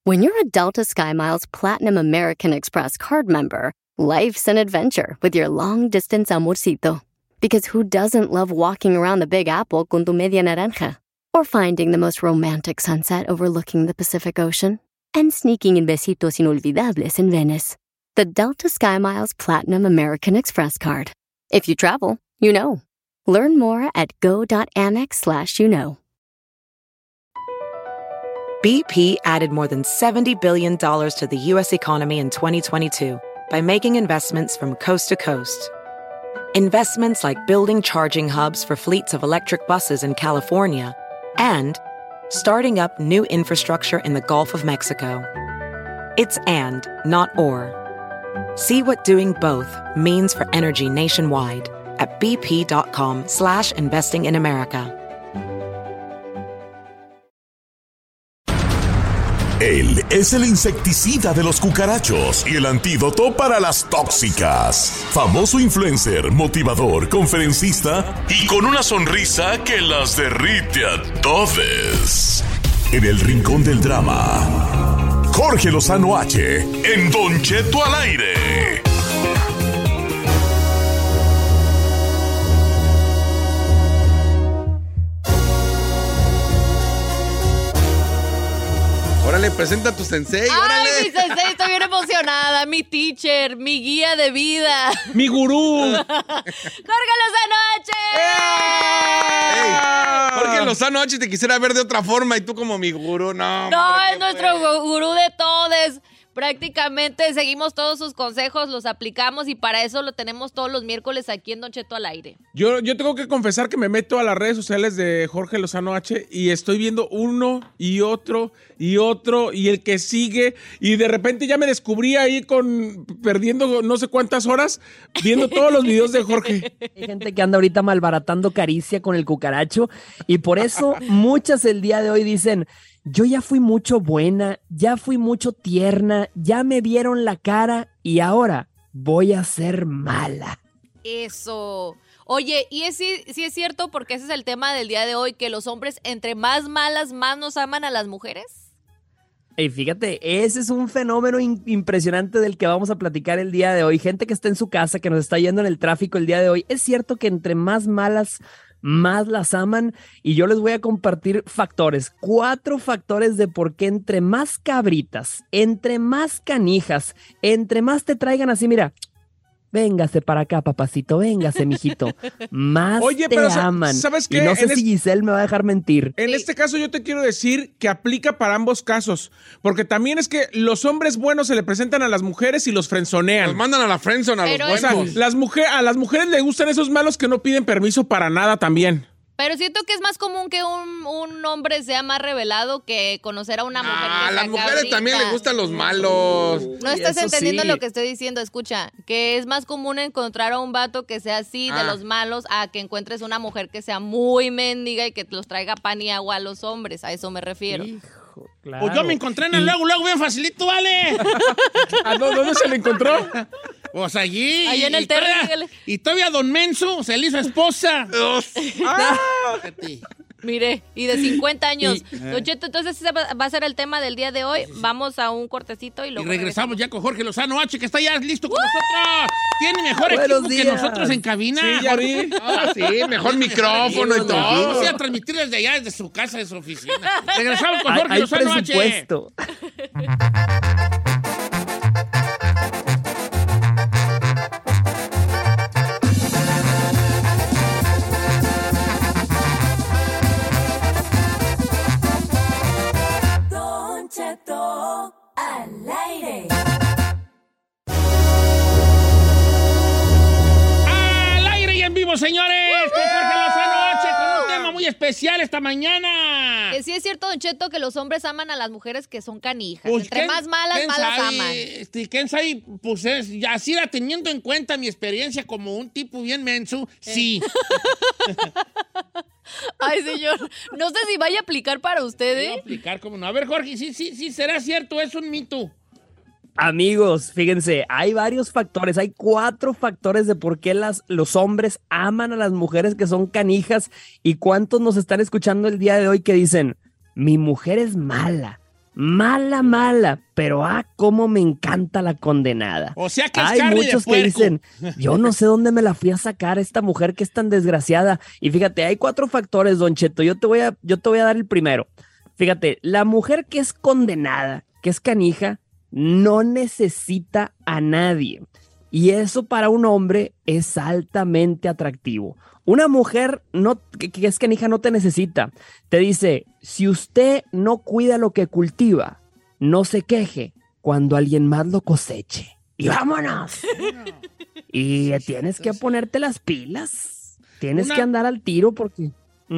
When you're a Delta SkyMiles Platinum American Express card member, life's an adventure with your long-distance amorcito. Because who doesn't love walking around the Big Apple con tu media naranja? Or finding the most romantic sunset overlooking the Pacific Ocean? And sneaking in besitos inolvidables in Venice. The Delta SkyMiles Platinum American Express card. If you travel, you know. Learn more at go.amex/you-know. BP added more than $70 billion to the U.S. economy in 2022 by making investments from coast to coast. Investments like building charging hubs for fleets of electric buses in California and starting up new infrastructure in the Gulf of Mexico. It's and, not or. See what doing both means for energy nationwide at bp.com/investing in America. Él es el insecticida de los cucarachos y el antídoto para las tóxicas. Famoso influencer, motivador, conferencista y con una sonrisa que las derrite a todos. En el rincón del drama, Jorge Lozano H. en Don Cheto al aire. Órale, presenta a tu sensei, órale. Ay, mi sensei, estoy bien emocionada. Mi teacher, mi guía de vida. Mi gurú. ¡Jorge Lozano H! Hey, Jorge Lozano H te quisiera ver de otra forma y tú como mi gurú, no. No, hombre, es nuestro gurú de todos. Prácticamente seguimos todos sus consejos, los aplicamos y para eso lo tenemos todos los miércoles aquí en Don Cheto al aire. Yo tengo que confesar que me meto a las redes sociales de Jorge Lozano H y estoy viendo uno y otro y el que sigue y de repente ya me descubrí ahí perdiendo no sé cuántas horas viendo todos los videos de Jorge. Hay gente que anda ahorita malbaratando caricia con el cucaracho y por eso muchas el día de hoy dicen: yo ya fui mucho buena, ya fui mucho tierna, ya me vieron la cara y ahora voy a ser mala. Eso. Oye, y sí es cierto, porque ese es el tema del día de hoy, que los hombres entre más malas, más nos aman a las mujeres. Y fíjate, ese es un fenómeno impresionante del que vamos a platicar el día de hoy. Gente que está en su casa, que nos está yendo en el tráfico el día de hoy. Es cierto que entre más malas, más las aman, y yo les voy a compartir 4 factores de por qué entre más cabritas, entre más canijas, entre más te traigan así, mira, véngase para acá, papacito, véngase, mijito, más te aman. ¿Sabes qué? Y no sé si Giselle me va a dejar mentir. En este caso yo te quiero decir que aplica para ambos casos, porque también es que los hombres buenos se le presentan a las mujeres y los frenzonean. Los mandan a la friendzone a los buenos. O sea, a las mujeres les gustan esos malos que no piden permiso para nada también. Pero siento que es más común que un hombre sea más revelado que conocer a una mujer que a sea las mujeres cabrita. también les gustan los malos. No estás entendiendo sí. lo que estoy diciendo, escucha, que es más común encontrar a un vato que sea así de los malos a que encuentres una mujer que sea muy mendiga y que los traiga pan y agua a los hombres, a eso me refiero. Hijo, claro. Pues yo me encontré en el luego bien facilito, ¿vale? ¿Dónde se le encontró? Pues allí. Ahí en el terreno, dígale. Y todavía Don Menso se le hizo esposa. Fíjate. Mire, y de 50 años. Don Cheto, entonces ese va a ser el tema del día de hoy. Vamos a un cortecito y Y luego regresamos ya con Jorge Lozano H, que está ya listo con nosotros. Tiene mejor equipo que nosotros en cabina. Sí, ya vi. Sí, mejor micrófono y todo. Vamos a transmitir desde allá, desde su casa, de su oficina. Regresamos con Jorge Hay Lozano H. presupuesto. Don Cheto al aire. Al aire y en vivo, señores, con Jorge Lozano H, con un tema muy especial esta mañana. Que sí es cierto, Don Cheto, que los hombres aman a las mujeres que son canijas. Pues, Entre más malas, más las aman. ¿Quién sabe? Pues así era, teniendo en cuenta mi experiencia como un tipo bien menso, sí. Ay, señor, no sé si vaya a aplicar para usted, Voy a aplicar, ¿cómo no? A ver, Jorge, sí, ¿será cierto? ¿Es un mito? Amigos, fíjense, hay varios factores, hay 4 factores de por qué los hombres aman a las mujeres que son canijas, y cuántos nos están escuchando el día de hoy que dicen: mi mujer es mala, mala, mala, pero cómo me encanta la condenada. O sea que es Hay carne muchos de que puerco. dicen, yo no sé dónde me la fui a sacar esta mujer que es tan desgraciada. Y fíjate, hay 4 factores, Don Cheto. Yo te voy a dar el primero. Fíjate, la mujer que es condenada, que es canija, no necesita a nadie. Y eso para un hombre es altamente atractivo. Una mujer que es canija no te necesita. Te dice, si usted no cuida lo que cultiva, no se queje cuando alguien más lo coseche. Y vámonos. Y tienes que ponerte las pilas. Tienes que andar al tiro porque...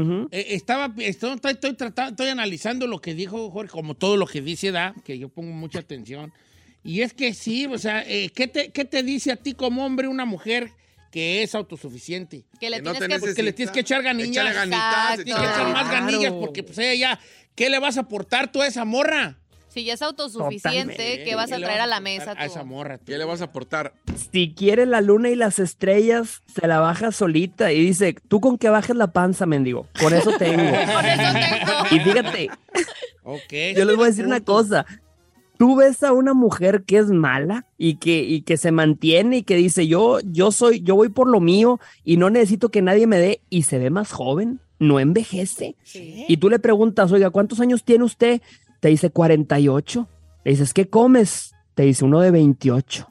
Estoy analizando lo que dijo Jorge, como todo lo que dice, que yo pongo mucha atención. Y es que sí, o sea, ¿qué te dice a ti como hombre una mujer que es autosuficiente? Que le Porque le tienes que echar ganillas. Échale ganitas, Tienes que echar más ganillas porque pues ella ya, ¿qué le vas a aportar tú a esa morra? Si ya es autosuficiente, Totalmente. ¿qué vas a traer a la mesa tú? A esa morra. ¿Qué le vas a aportar? Si quiere la luna y las estrellas, se la baja solita. Y dice, tú con que bajes la panza, mendigo. Con eso tengo. Con eso tengo. Y fíjate, Okay. yo les voy a decir una cosa. Tú ves a una mujer que es mala y que se mantiene y que dice, yo voy por lo mío y no necesito que nadie me dé, y se ve más joven, no envejece. Sí. Y tú le preguntas, oiga, ¿cuántos años tiene usted? Te dice 48. Le dices, ¿qué comes? Te dice uno de 28.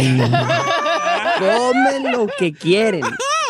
Comen lo que quieren.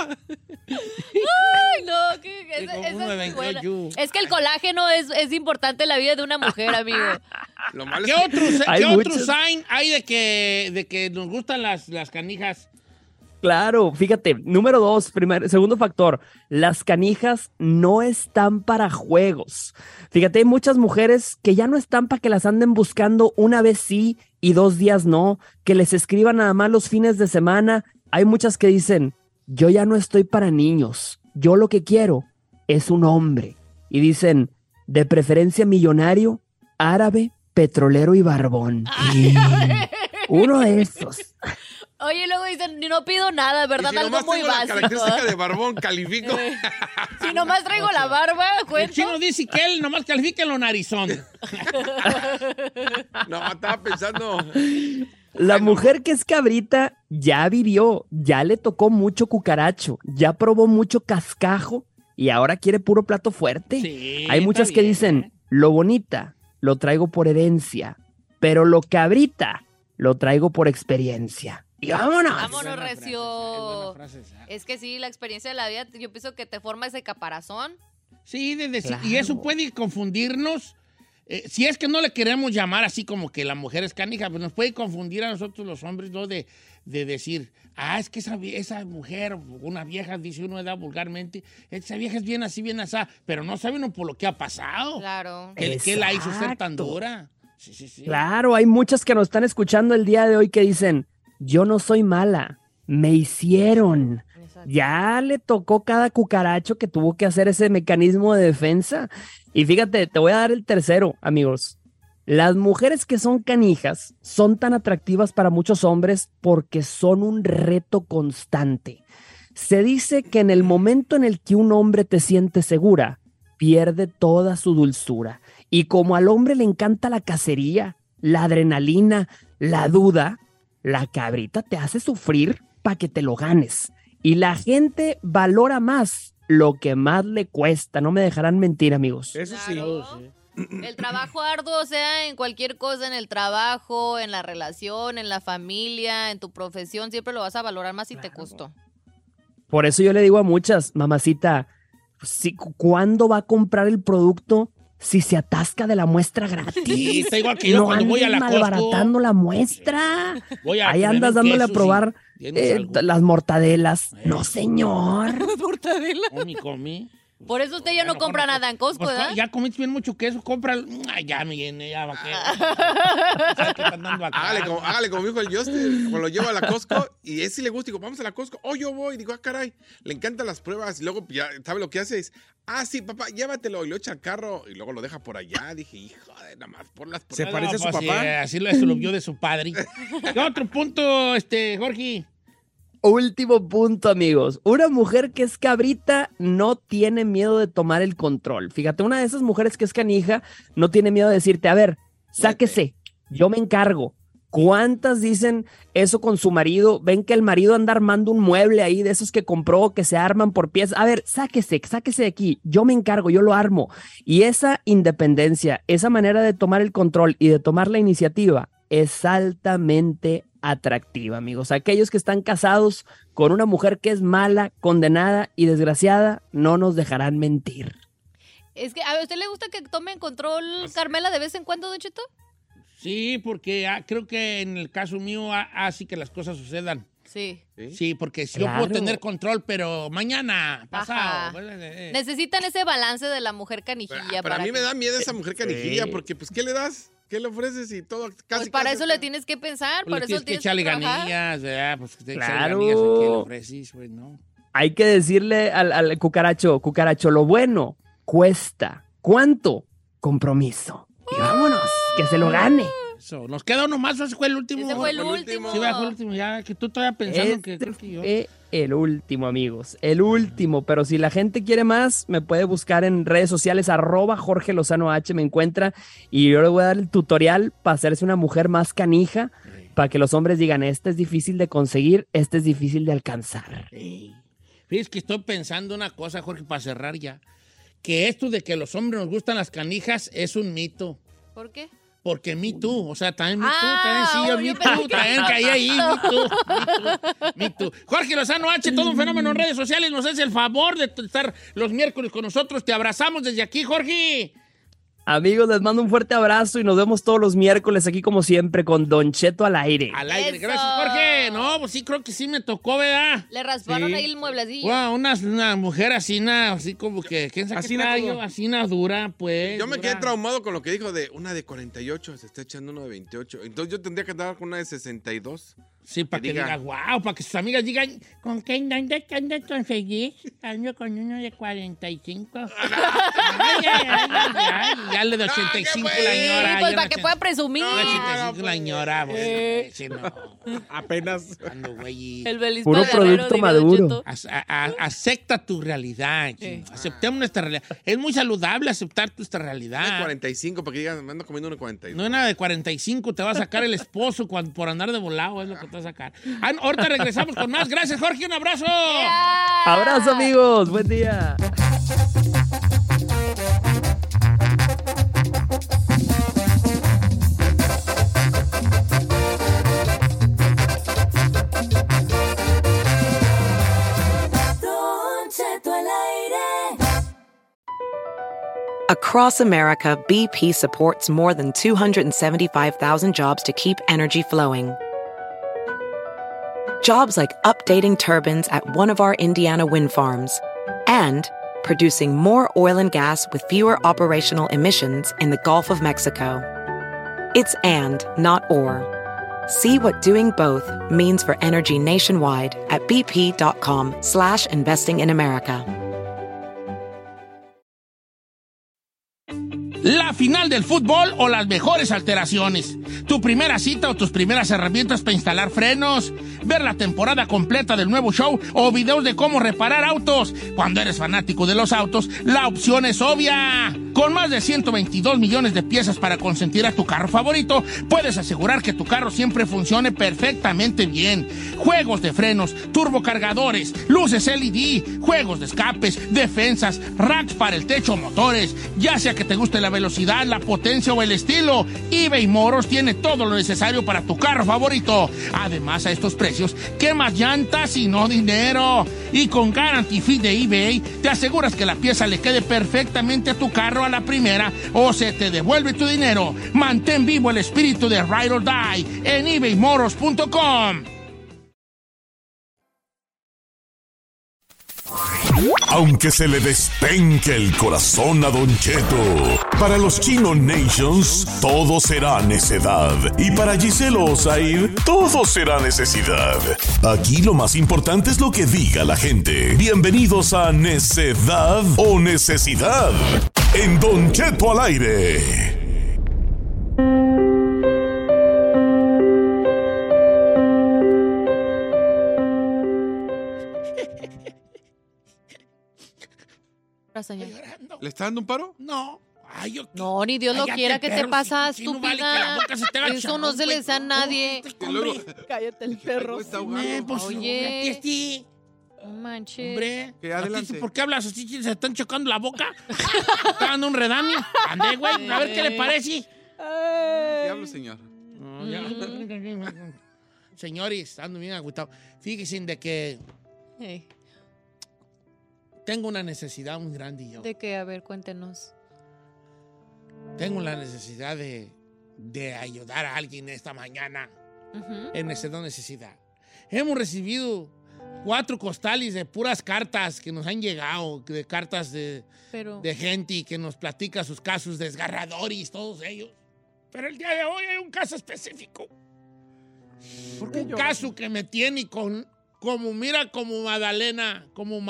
Ay, no, Uno de 28. es que el colágeno es importante en la vida de una mujer, amigo. Lo malo ¿Qué es que otro Hay muchos. sign hay de que nos gustan las canijas? Claro, fíjate, número 2, segundo factor, las canijas no están para juegos. Fíjate, hay muchas mujeres que ya no están para que las anden buscando una vez sí y 2 días no, que les escriban nada más los fines de semana. Hay muchas que dicen, yo ya no estoy para niños, yo lo que quiero es un hombre. Y dicen, de preferencia millonario, árabe, petrolero y barbón. Uno de esos. Oye, luego dicen, no pido nada, ¿verdad? y si Algo nomás muy tengo la básico. característica de barbón, califico. Si nomás traigo la barba, El cuento. chino dice que él nomás califica en lo narizón. No, estaba pensando. La mujer que es cabrita ya vivió, ya le tocó mucho cucaracho, ya probó mucho cascajo y ahora quiere puro plato fuerte. Sí, Hay muchas está que bien. dicen, lo bonita lo traigo por herencia, pero lo cabrita lo traigo por experiencia. Y vámonos. Vámonos, Buena recio. buena frase esa. Es que sí, la experiencia de la vida, yo pienso que te forma ese caparazón. Sí, Claro. y eso puede confundirnos. Si es que no le queremos llamar así como que la mujer es canija, pues nos puede confundir a nosotros los hombres, ¿no? De decir, es que esa mujer, una vieja, dice uno edad vulgarmente, esa vieja es bien así, pero no sabe uno por lo que ha pasado. Claro. ¿Qué la hizo ser tan Exacto. dura? Sí. Claro, hay muchas que nos están escuchando el día de hoy que dicen, yo no soy mala, me hicieron. Exacto. Ya le tocó cada cucaracho que tuvo que hacer ese mecanismo de defensa. Y fíjate, te voy a dar el tercero, amigos. Las mujeres que son canijas son tan atractivas para muchos hombres porque son un reto constante. Se dice que en el momento en el que un hombre te siente segura, pierde toda su dulzura. Y como al hombre le encanta la cacería, la adrenalina, la duda, la cabrita te hace sufrir para que te lo ganes. Y la gente valora más lo que más le cuesta. No me dejarán mentir, amigos. Eso sí. Claro. El trabajo arduo, o sea, en cualquier cosa, en el trabajo, en la relación, en la familia, en tu profesión, siempre lo vas a valorar más si te costó. Por eso yo le digo a muchas, mamacita, ¿cuándo va a comprar el producto si se atasca de la muestra gratis? Sí, está igual que yo cuando voy a la andes Costco. malbaratando la muestra. Voy a Ahí comer andas un dándole a queso, probar sí. Tienes algo. las mortadelas. No, señor. Mortadela. Comí. Por eso usted ya no compra nada en Costco, Pues, ¿verdad? ya comiste bien mucho queso, compra. Ay, ya me llené, ya va que. ¿Sabes qué están dando acá? Hágale como dijo el Justin, cuando lo lleva a la Costco y ese sí le gusta, digo, vamos a la Costco, yo voy, digo, caray, le encantan las pruebas y luego ya, ¿sabe lo que hace? Es, sí, papá, llévatelo y lo echa al carro y luego lo deja por allá, dije, hijo de nada más por las ¿Se No, parece a su pues, papá? así eso lo vio de su padre. ¿Qué otro punto, Jorge? Último punto, amigos. Una mujer que es cabrita no tiene miedo de tomar el control. Fíjate, una de esas mujeres que es canija no tiene miedo de decirte, a ver, sáquese, yo me encargo. ¿Cuántas dicen eso con su marido? Ven que el marido anda armando un mueble ahí de esos que compró, que se arman por piezas. A ver, sáquese de aquí. Yo me encargo, yo lo armo. Y esa independencia, esa manera de tomar el control y de tomar la iniciativa es altamente atractiva, amigos. Aquellos que están casados con una mujer que es mala, condenada y desgraciada, no nos dejarán mentir. Es que, ¿a usted le gusta que tome control Carmela de vez en cuando, Don Cheto? Sí, porque creo que en el caso mío hace que las cosas sucedan. Sí. Sí, porque si Claro. yo puedo tener control, pero mañana, pasado. Ajá. Necesitan ese balance de la mujer canijilla. Pero a mí me da miedo esa Sí. mujer canijilla, porque, pues, ¿qué le das? ¿Qué le ofreces? Y todo, casi. Pues para casi eso le tienes que pensar, Pues para le eso tienes que tienes que echarle trabajar. ganillas, ¿verdad? Pues que te Claro. echarle ganillas a quien le ofreces, pues, ¿no? Hay que decirle al cucaracho, lo bueno cuesta. ¿Cuánto? Compromiso. Y vámonos, que se lo gane. Eso. Nos queda uno más, ese fue el último. Ese fue el el último. Sí, fue el último, ya que tú todavía pensando que creo que yo. El último, amigos. El último. Pero si la gente quiere más, me puede buscar en redes sociales, @Jorge Lozano H, me encuentra. Y yo le voy a dar el tutorial para hacerse una mujer más canija, para que los hombres digan, este es difícil de conseguir, este es difícil de alcanzar. Fíjate que estoy pensando una cosa, Jorge, para cerrar ya. Que esto de que los hombres nos gustan las canijas es un mito. ¿Por qué? Porque me too, o sea, también me too, Ah, también sí, yo yo me pensé too, que- también caí ahí, me too. Jorge Lozano H, todo un fenómeno en redes sociales, nos hace el favor de estar los miércoles con nosotros, te abrazamos desde aquí, Jorge. Amigos, les mando un fuerte abrazo y nos vemos todos los miércoles aquí como siempre con Don Cheto al aire. Al aire, Eso. gracias, Jorge. No, pues sí, creo que sí me tocó, ¿verdad? Le rasparon Sí. ahí el mueblecillo. Wow, una mujer así como que, ¿quién sabe Así qué na trae como- yo? Así na dura, pues. Yo me dura. quedé traumado con lo que dijo de una de 48, se está echando uno de 28. Entonces yo tendría que andar con una de 62. Sí, para que diga. diga, wow, para que sus amigas digan, ¿con qué anda tan feliz? Ando con uno de 45. Ay, ya le de 85 la señora. Sí, pues para que pueda presumir. La 85 la señora, pues, sí, no. Apenas. Ando, güey. El belisco Puro guerrero, producto diga Don maduro. Cheto. Acepta tu realidad. chino. Aceptemos nuestra realidad. Es muy saludable aceptar nuestra Una de realidad. 45, para que digan, me ando comiendo una de 42. No es nada de 45, te va a sacar el esposo por andar de volado, es lo que te va a sacar. Ahorita regresamos con más. Gracias, Jorge, un abrazo. Abrazo, amigos. Buen día. Don Cheto al aire. Across America, BP supports more than 275,000 jobs to keep energy flowing. Jobs like updating turbines at one of our Indiana wind farms and producing more oil and gas with fewer operational emissions in the Gulf of Mexico. It's and, not or. See what doing both means for energy nationwide at bp.com/investing in America. La final del fútbol o las mejores alteraciones. Tu primera cita o tus primeras herramientas para instalar frenos. Ver la temporada completa del nuevo show o videos de cómo reparar autos. Cuando eres fanático de los autos, la opción es obvia. Con más de 122 millones de piezas para consentir a tu carro favorito, puedes asegurar que tu carro siempre funcione perfectamente bien. Juegos de frenos, turbocargadores, luces LED, juegos de escapes, defensas, racks para el techo, motores. Ya sea que te guste la velocidad, la potencia o el estilo, eBay Motors tiene todo lo necesario para tu carro favorito. Además, a estos precios, ¿qué más llantas y no dinero? Y con Guarantee Fee de eBay, te aseguras que la pieza le quede perfectamente a tu carro a la primera o se te devuelve tu dinero. Mantén vivo el espíritu de Ride or Die en ebaymotors.com. Aunque se le despenque el corazón a Don Cheto, para los Chino Nations todo será necedad. Y para Giselo Osair, todo será necesidad. Aquí lo más importante es lo que diga la gente. Bienvenidos a Necedad o Necesidad en Don Cheto al aire. Señor. ¿Le está dando un paro? No. Ay, yo, No, ni Dios lo cállate, quiera. ¿Qué te perro, pasa, si no vale que la boca se te haga estúpida? Eso no chicharrón, se le güey. desea a nadie. ¿Cómo, hombre? Cállate el perro. Está ahogado. Pues, Oye. este, No manches. hombre. Que adelante. ¿Por qué hablas así? ¿Se están chocando la boca? ¿Está dando un redaño? Ande, güey. A ver qué le parece. Diablo, señor. No, ya. Señores, ando bien agüitado. Fíjense de que Ey, tengo una necesidad muy grande yo. ¿de qué? A ver, cuéntenos. Tengo la necesidad de ayudar a alguien esta mañana Ujú. en esa necesidad. Hemos recibido 4 costales de puras cartas que nos han llegado, de cartas Pero, de gente que nos platica sus casos desgarradores, todos ellos. Pero el día de hoy hay un caso específico. ¿Por qué Un yo? caso que me tiene como Madalena,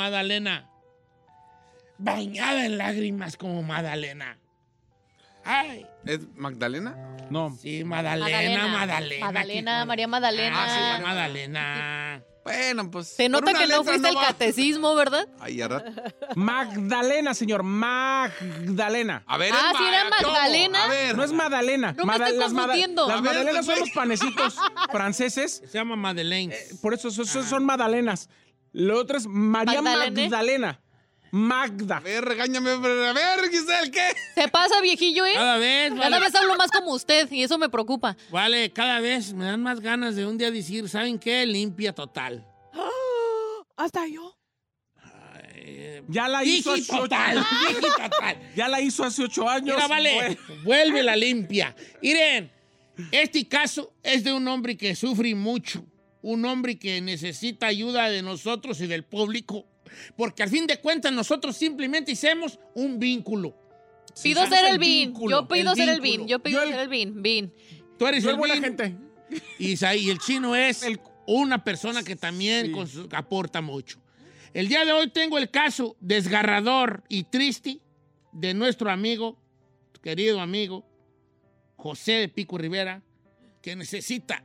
bañada en lágrimas como Madalena. Ay, ¿Es Magdalena? No. sí, Madalena. Magdalena, María Magdalena. Ah, se llama Madalena. Bueno, pues. Se por nota una que no letra fuiste al va. catecismo, ¿verdad? Ay, a rato. Magdalena, señor. Magdalena. A ver, Ah, es sí era ¿cómo? Magdalena. A ver. No es Magdalena. No me estoy confundiendo. Las A ver, magdalenas son güey. los panecitos franceses. Se llama Madeleine. Por eso son magdalenas. Lo otro es María ¿Magdalene? Magdalena. Magda. A ver, regáñame. A ver, Giselle, ¿qué? Se pasa, viejillo, ¿eh? Cada vez, Cada vez hablo más como usted y eso me preocupa. Vale, cada vez me dan más ganas de un día decir, ¿saben qué? Limpia total. Hasta yo. Ya la hizo hace 8 Total, años. total. Ya la hizo hace 8 años. Mira, vale, vuelve la limpia. Miren, este caso es de un hombre que sufre mucho. Un hombre que necesita ayuda de nosotros y del público. Porque al fin de cuentas nosotros simplemente hacemos un vínculo. Pido somos ser el el bin. vínculo, Yo pido el ser el vínculo. bin. Yo pido Yo el- ser el bin. Bin. Tú eres Soy el buena bin gente. y el chino es El- una persona que también aporta mucho. El día de hoy tengo el caso desgarrador y triste de nuestro amigo, querido amigo, José de Pico Rivera, que necesita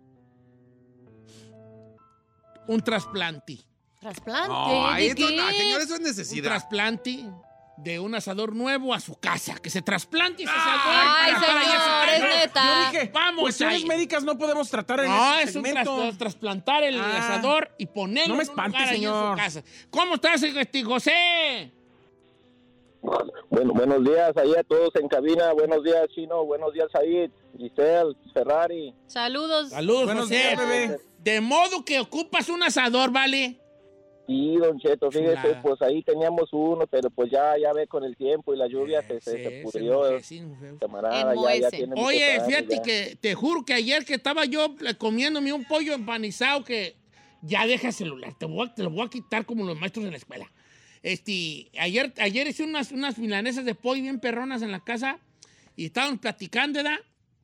un trasplante. ¿Trasplante? No, ¿De esto, qué? no, señor, eso es Un necesidad. trasplante de un asador nuevo a su casa. Que se trasplante ese asador. Ay, para estar allá en su señor, es casa. neta. Yo dije, Vamos cuestiones ahí. médicas no podemos tratar en No, este es un segmento. trasplantar el Ah. asador y ponerlo No me en un espante, lugar ahí en señor. su casa. ¿Cómo estás, José? Bueno, buenos días ahí a todos en cabina. Buenos días, Chino. Buenos días, Said, Giselle, Ferrari. Saludos. Saludos, Buenos José. días, bebé. De modo que ocupas un asador, ¿vale? Sí, don Cheto, fíjese, Chulada. pues ahí teníamos uno, pero pues ya ve con el tiempo y la lluvia se pudrió, camarada. Ya tiene muchos Oye, años, fíjate ya. que te juro que ayer que estaba yo comiéndome un pollo empanizado que ya deja el celular, te lo voy a quitar como los maestros en la escuela. Ayer hice unas milanesas de pollo bien perronas en la casa y estaban platicando, ¿verdad?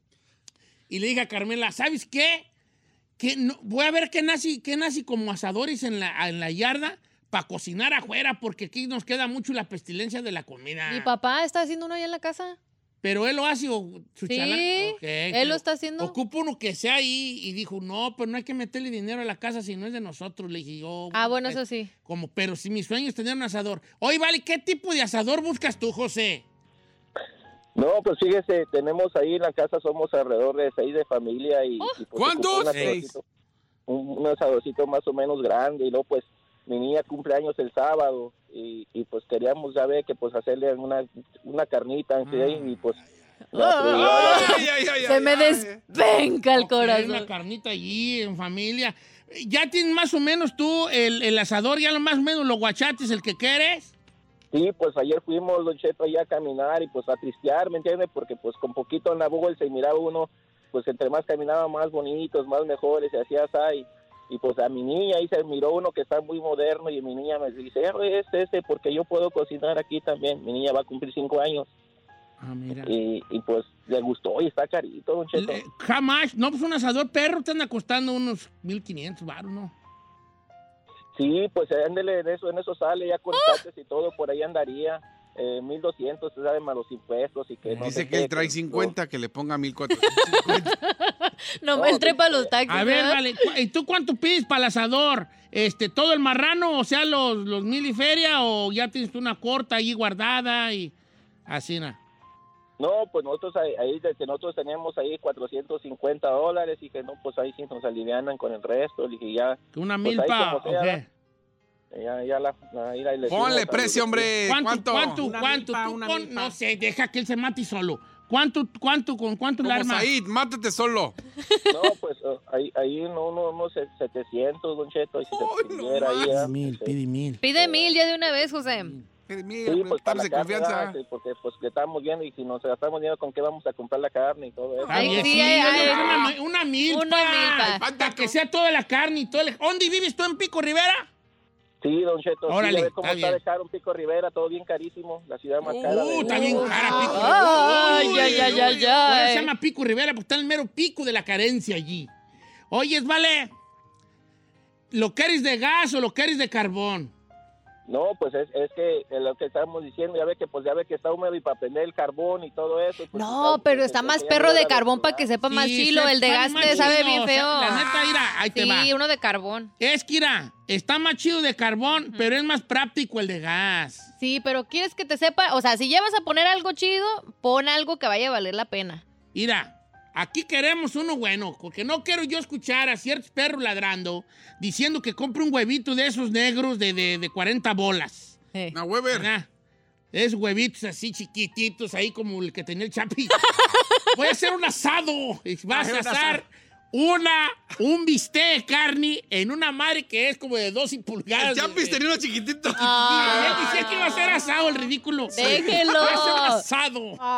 Y le dije a Carmela, ¿sabes qué? Que no, voy a ver qué nace como asadores en la yarda para cocinar afuera, porque aquí nos queda mucho la pestilencia de la comida. ¿Mi papá está haciendo uno allá en la casa? Pero él lo hace, su Sí, chala. Ok, él pero lo está haciendo. Ocupa uno que sea ahí y dijo, no, pero no hay que meterle dinero a la casa si no es de nosotros. Le dije yo. Ah, bueno, pues, eso sí. pero si mi sueño es tener un asador. Oye, vale, ¿qué tipo de asador buscas tú, José? No, pues fíjese, tenemos ahí en la casa, somos alrededor de 6 de familia y pues, ¿Cuántos? ocupa 6. un asadorcito más o menos grande y luego pues mi niña cumple años el sábado y pues queríamos ya ver que pues hacerle una carnita en fin, y pues la prioridad- Se me despenca el Ok, una corazón. carnita allí en familia. ¿Ya tienes más o menos tú el asador, ya lo más o menos los guachates, el que quieres? Sí, pues ayer fuimos, don Cheto, allá a caminar y pues a tristear, ¿me entiende? Porque pues con poquito en la Google se miraba uno, pues entre más caminaba más bonitos, más mejores, y hacía así. Y pues a mi niña ahí se miró uno que está muy moderno y mi niña me dice, es ese, porque yo puedo cocinar aquí también. Mi niña va a cumplir 5 años Ah, mira. y pues le gustó y está carito, don Cheto. Jamás. No, pues un asador perro te anda costando unos 1,500 baros, ¿no? Sí, pues ándele, en eso sale, ya con taxes y todo, por ahí andaría. 1,200, usted sabe, más los impuestos y que no Dice sé que él qué, trae que- 50, que le ponga 1,450. No, él trepa los taxis. A ver, ¿verdad? vale. ¿Y tú cuánto pides para el asador? ¿Todo el marrano, o sea, los mil y feria, o ya tienes tú una corta ahí guardada y así, na? No, pues nosotros ahí desde nosotros teníamos ahí $450 y que no, pues ahí sí nos alivianan con el resto. Dije, ya. ¿Que una pues, milpa ahí como sea, o qué? ahí le Ponle decimos, precio, hombre. ¿Cuánto? Una ¿Cuánto? milpa, Tú una pon- milpa. no sé, deja que él se mate solo. ¿Cuánto la Como arma? Said, mátate solo. No, pues ahí unos 700, Don Cheto. Y si se ¡Uy, no pudiera ahí, más! ya, Mil, pide mil. Pide 1,000 ya de una vez, José. Mira, Sí, pues para estamos la de carne, confianza. ¿verdad? Sí, porque pues que estamos viendo y si nos gastamos dinero, ¿con qué vamos a comprar la carne y todo eso? Ay, Oye, sí, sí, ay, una milpa. Una milpa. Para que sea toda la carne y todo el... ¿Dónde vives tú en Pico Rivera? Sí, Don Cheto, Órale, sí, ya ve cómo está está bien. de caro un Pico Rivera, todo bien carísimo, la ciudad más cara. Está bien cara Pico Ay, Rivera. ay, ay, ay, Por eso ay. se llama Pico Rivera, porque está en el mero pico de la carencia allí. Oye, vale, ¿lo quieres de gas o lo quieres de carbón? No, pues es que lo que estamos diciendo, ya ve que está húmedo y para prender el carbón y todo eso. Pues, No, pero está más perro de carbón para que sepa más Sí, chilo. El de sepa gas más te sabe chido, bien o sea, feo. la neta, mira, ahí te va. Sí, uno de carbón. Es que, mira, está más chido de carbón, pero es más práctico el de gas. Sí, pero quieres que te sepa, o sea, si ya vas a poner algo chido, pon algo que vaya a valer la pena. Mira, aquí queremos uno bueno, porque no quiero yo escuchar a ciertos perros ladrando diciendo que compre un huevito de esos negros de 40 bolas. No, Weber. ¿Verdad? Es huevitos así chiquititos, ahí como el que tenía el Chapi. Voy a hacer un asado. Vas a asar un bistec de carne en una madre que es como de 12 pulgadas. El Champis tenía uno chiquitito. Ya decía que iba a ser asado el ridículo. Déjelo. Voy a hacer un asado.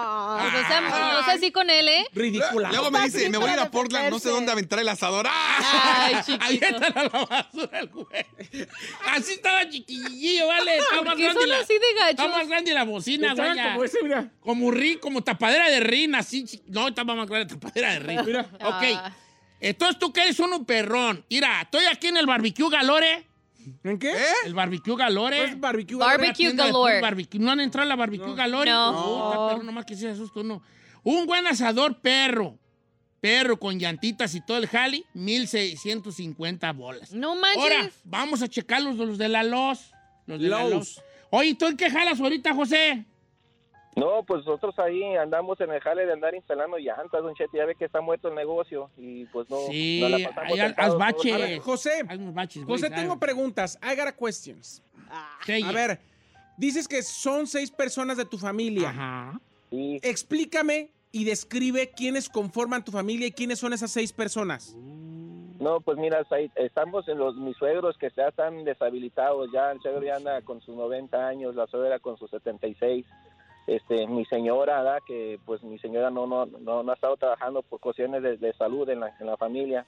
No sé así con él, ¿eh? Ridícula. Luego me dice, me voy a ir a Portland, no sé dónde aventar el asador. Ay, chiquito. Aviéntala a la basura el güey. Así estaba chiquillillo, ¿vale? Está más ¿Por qué grande son así de gachos? Está más grande la bocina, Estaba vaya. como ese, mira. Como tapadera de rin, así. No, estaba más grande tapadera de rin. Mira. Ok. Ah. Entonces tú que eres uno perrón. Mira, estoy aquí en el Barbecue Galore. ¿En qué? El Barbecue Galore. ¿Es barbecue? Barbecue La tienda de Galore. food barbecue. ¿No han entrado a la Barbecue Galore? No. Puta, perro, nomás que sea susto, no. Un buen asador perro. Perro con llantitas y todo el jali, 1,650 bolas. No manches. Ahora, vamos a checar los de la Los. Los de la Lowe's. Los. Oye, ¿tú en qué jalas ahorita, José? No, pues nosotros ahí andamos en el jale de andar instalando llantas, Don Cheto, ya ve que está muerto el negocio y pues no. Sí, nos la pasamos ahí haz sentados todo el baches. día. A ver, José, Hay unos baches, güey, José, ¿sabes? tengo preguntas. I got questions. Sí. A ver, dices que son 6 personas de tu familia. Ajá. Sí, Explícame y describe quiénes conforman tu familia y quiénes son esas 6 personas. no, pues mira, ahí estamos en mis suegros que ya están deshabilitados, ya el suegro ya anda con sus 90 años, la suegra con sus 76. Mi señora, ¿verdad? Que pues mi señora no ha estado trabajando por cuestiones de salud en la familia.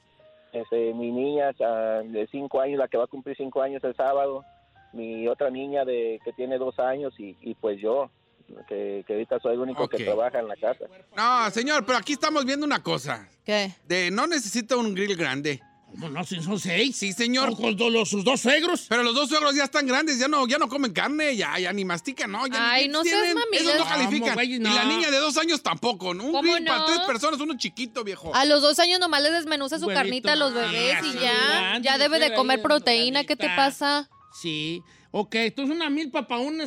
Mi niña de 5 años, la que va a cumplir 5 años el sábado. Mi otra niña que tiene 2 años y pues yo, que ahorita soy el único Ok. que trabaja en la casa. No, señor, pero aquí estamos viendo una cosa. ¿Qué? No necesita un grill grande. ¿Cómo no? Si son 6. Sí, señor. Con sus 2 suegros. Pero los 2 suegros ya están grandes, ya no comen carne, ya ni mastican, ¿no? Ya Ay, ni no seas tienen. mamilas. Esos no califican. ¿Cómo, güey? No. Y la niña de 2 años tampoco, ¿no? Un ¿Cómo grill para no? 3 personas, uno chiquito, viejo. A los 2 años nomás les desmenuza su Huevito. carnita a los bebés Ah, y sí, ya. antes Ya de debe de ser comer ahí proteína. ¿Qué te carnita. pasa? Sí. Ok, entonces una milpa para un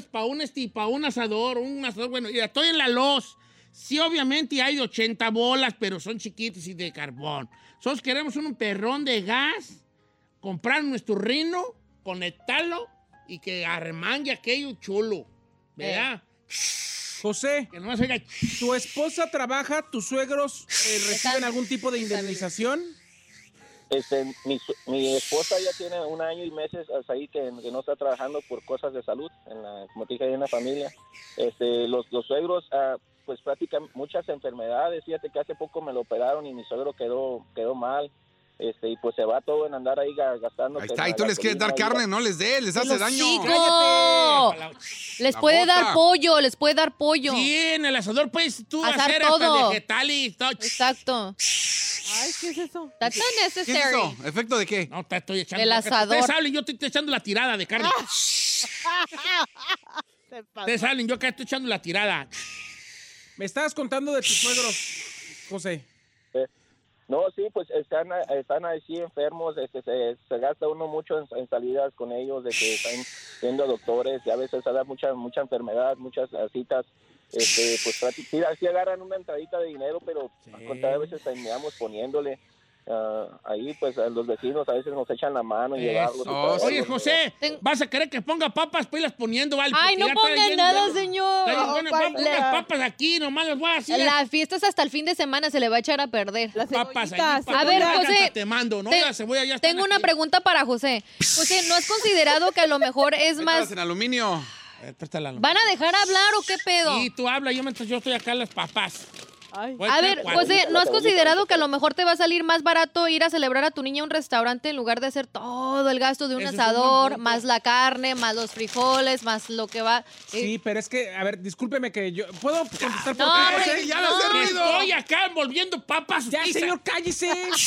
asador, bueno, ya estoy en la Los. Sí, obviamente hay de 80 bolas, pero son chiquitos y de carbón. Nosotros queremos un perrón de gas, comprar nuestro rino, conectarlo y que arremangue aquello chulo, ¿verdad? José, Que no se oiga... ¿tu esposa trabaja? ¿Tus suegros reciben algún tipo de indemnización? Mi esposa ya tiene 1 año y meses ahí que no está trabajando por cosas de salud, como te dije, en la familia. Los suegros, pues prácticamente muchas enfermedades. Fíjate que hace poco me lo operaron y mi suegro quedó mal. Y pues se va todo en andar ahí gastando. Ahí está, y tú les quieres dar carne, no les des, les hace daño. ¡No! Les La puede boca. dar pollo, les puede dar pollo. Sí, en el asador puedes tú Asar hacer todo. hasta vegetal y todo. Exacto. Ay, ¿qué es eso? That's not ¿Qué es necessary. eso? ¿Efecto de qué? No, te estoy echando. El asador. Ustedes hablen, yo te estoy echando la tirada de carne. Se pasa. Ustedes hablen, yo acá estoy echando la tirada. Me estabas contando de tus suegros, José. No, sí, pues están así enfermos, se gasta uno mucho en salidas con ellos, de que están viendo doctores, y a veces se da mucha enfermedad, muchas citas, pues sí agarran una entradita de dinero, pero a contar a veces terminamos poniéndole. Ahí pues a los vecinos a veces nos echan la mano y llevarlos. Oye, José, ¿vas a querer que ponga papas? Pues las poniendo, ¿vale? Ay, no pongan nada, señor. Pongas papas aquí, nomás las voy a hacer. La fiesta es hasta el fin de semana, se le va a echar a perder. Las papas cebollitas. A ver, José, te mando, ¿no? La cebolla ya está tengo una aquí. pregunta para José. José, ¿no has considerado que a lo mejor es más... en aluminio. Préstala. ¿Van a dejar hablar o qué pedo? Sí, tú habla, yo estoy acá en las papas. Ay. Voy a A echar ver, cuatro. José, ¿no has considerado que a lo mejor te va a salir más barato ir a celebrar a tu niña a un restaurante en lugar de hacer todo el gasto de un Ese es un asador, buen punto. más la carne, más los frijoles, más lo que va? Sí, pero es que, a ver, discúlpeme que yo... ¿Puedo contestar por No, qué? hombre, ya no. no hace ruido. Estoy acá envolviendo papas. Ya, Isa. señor, cállese.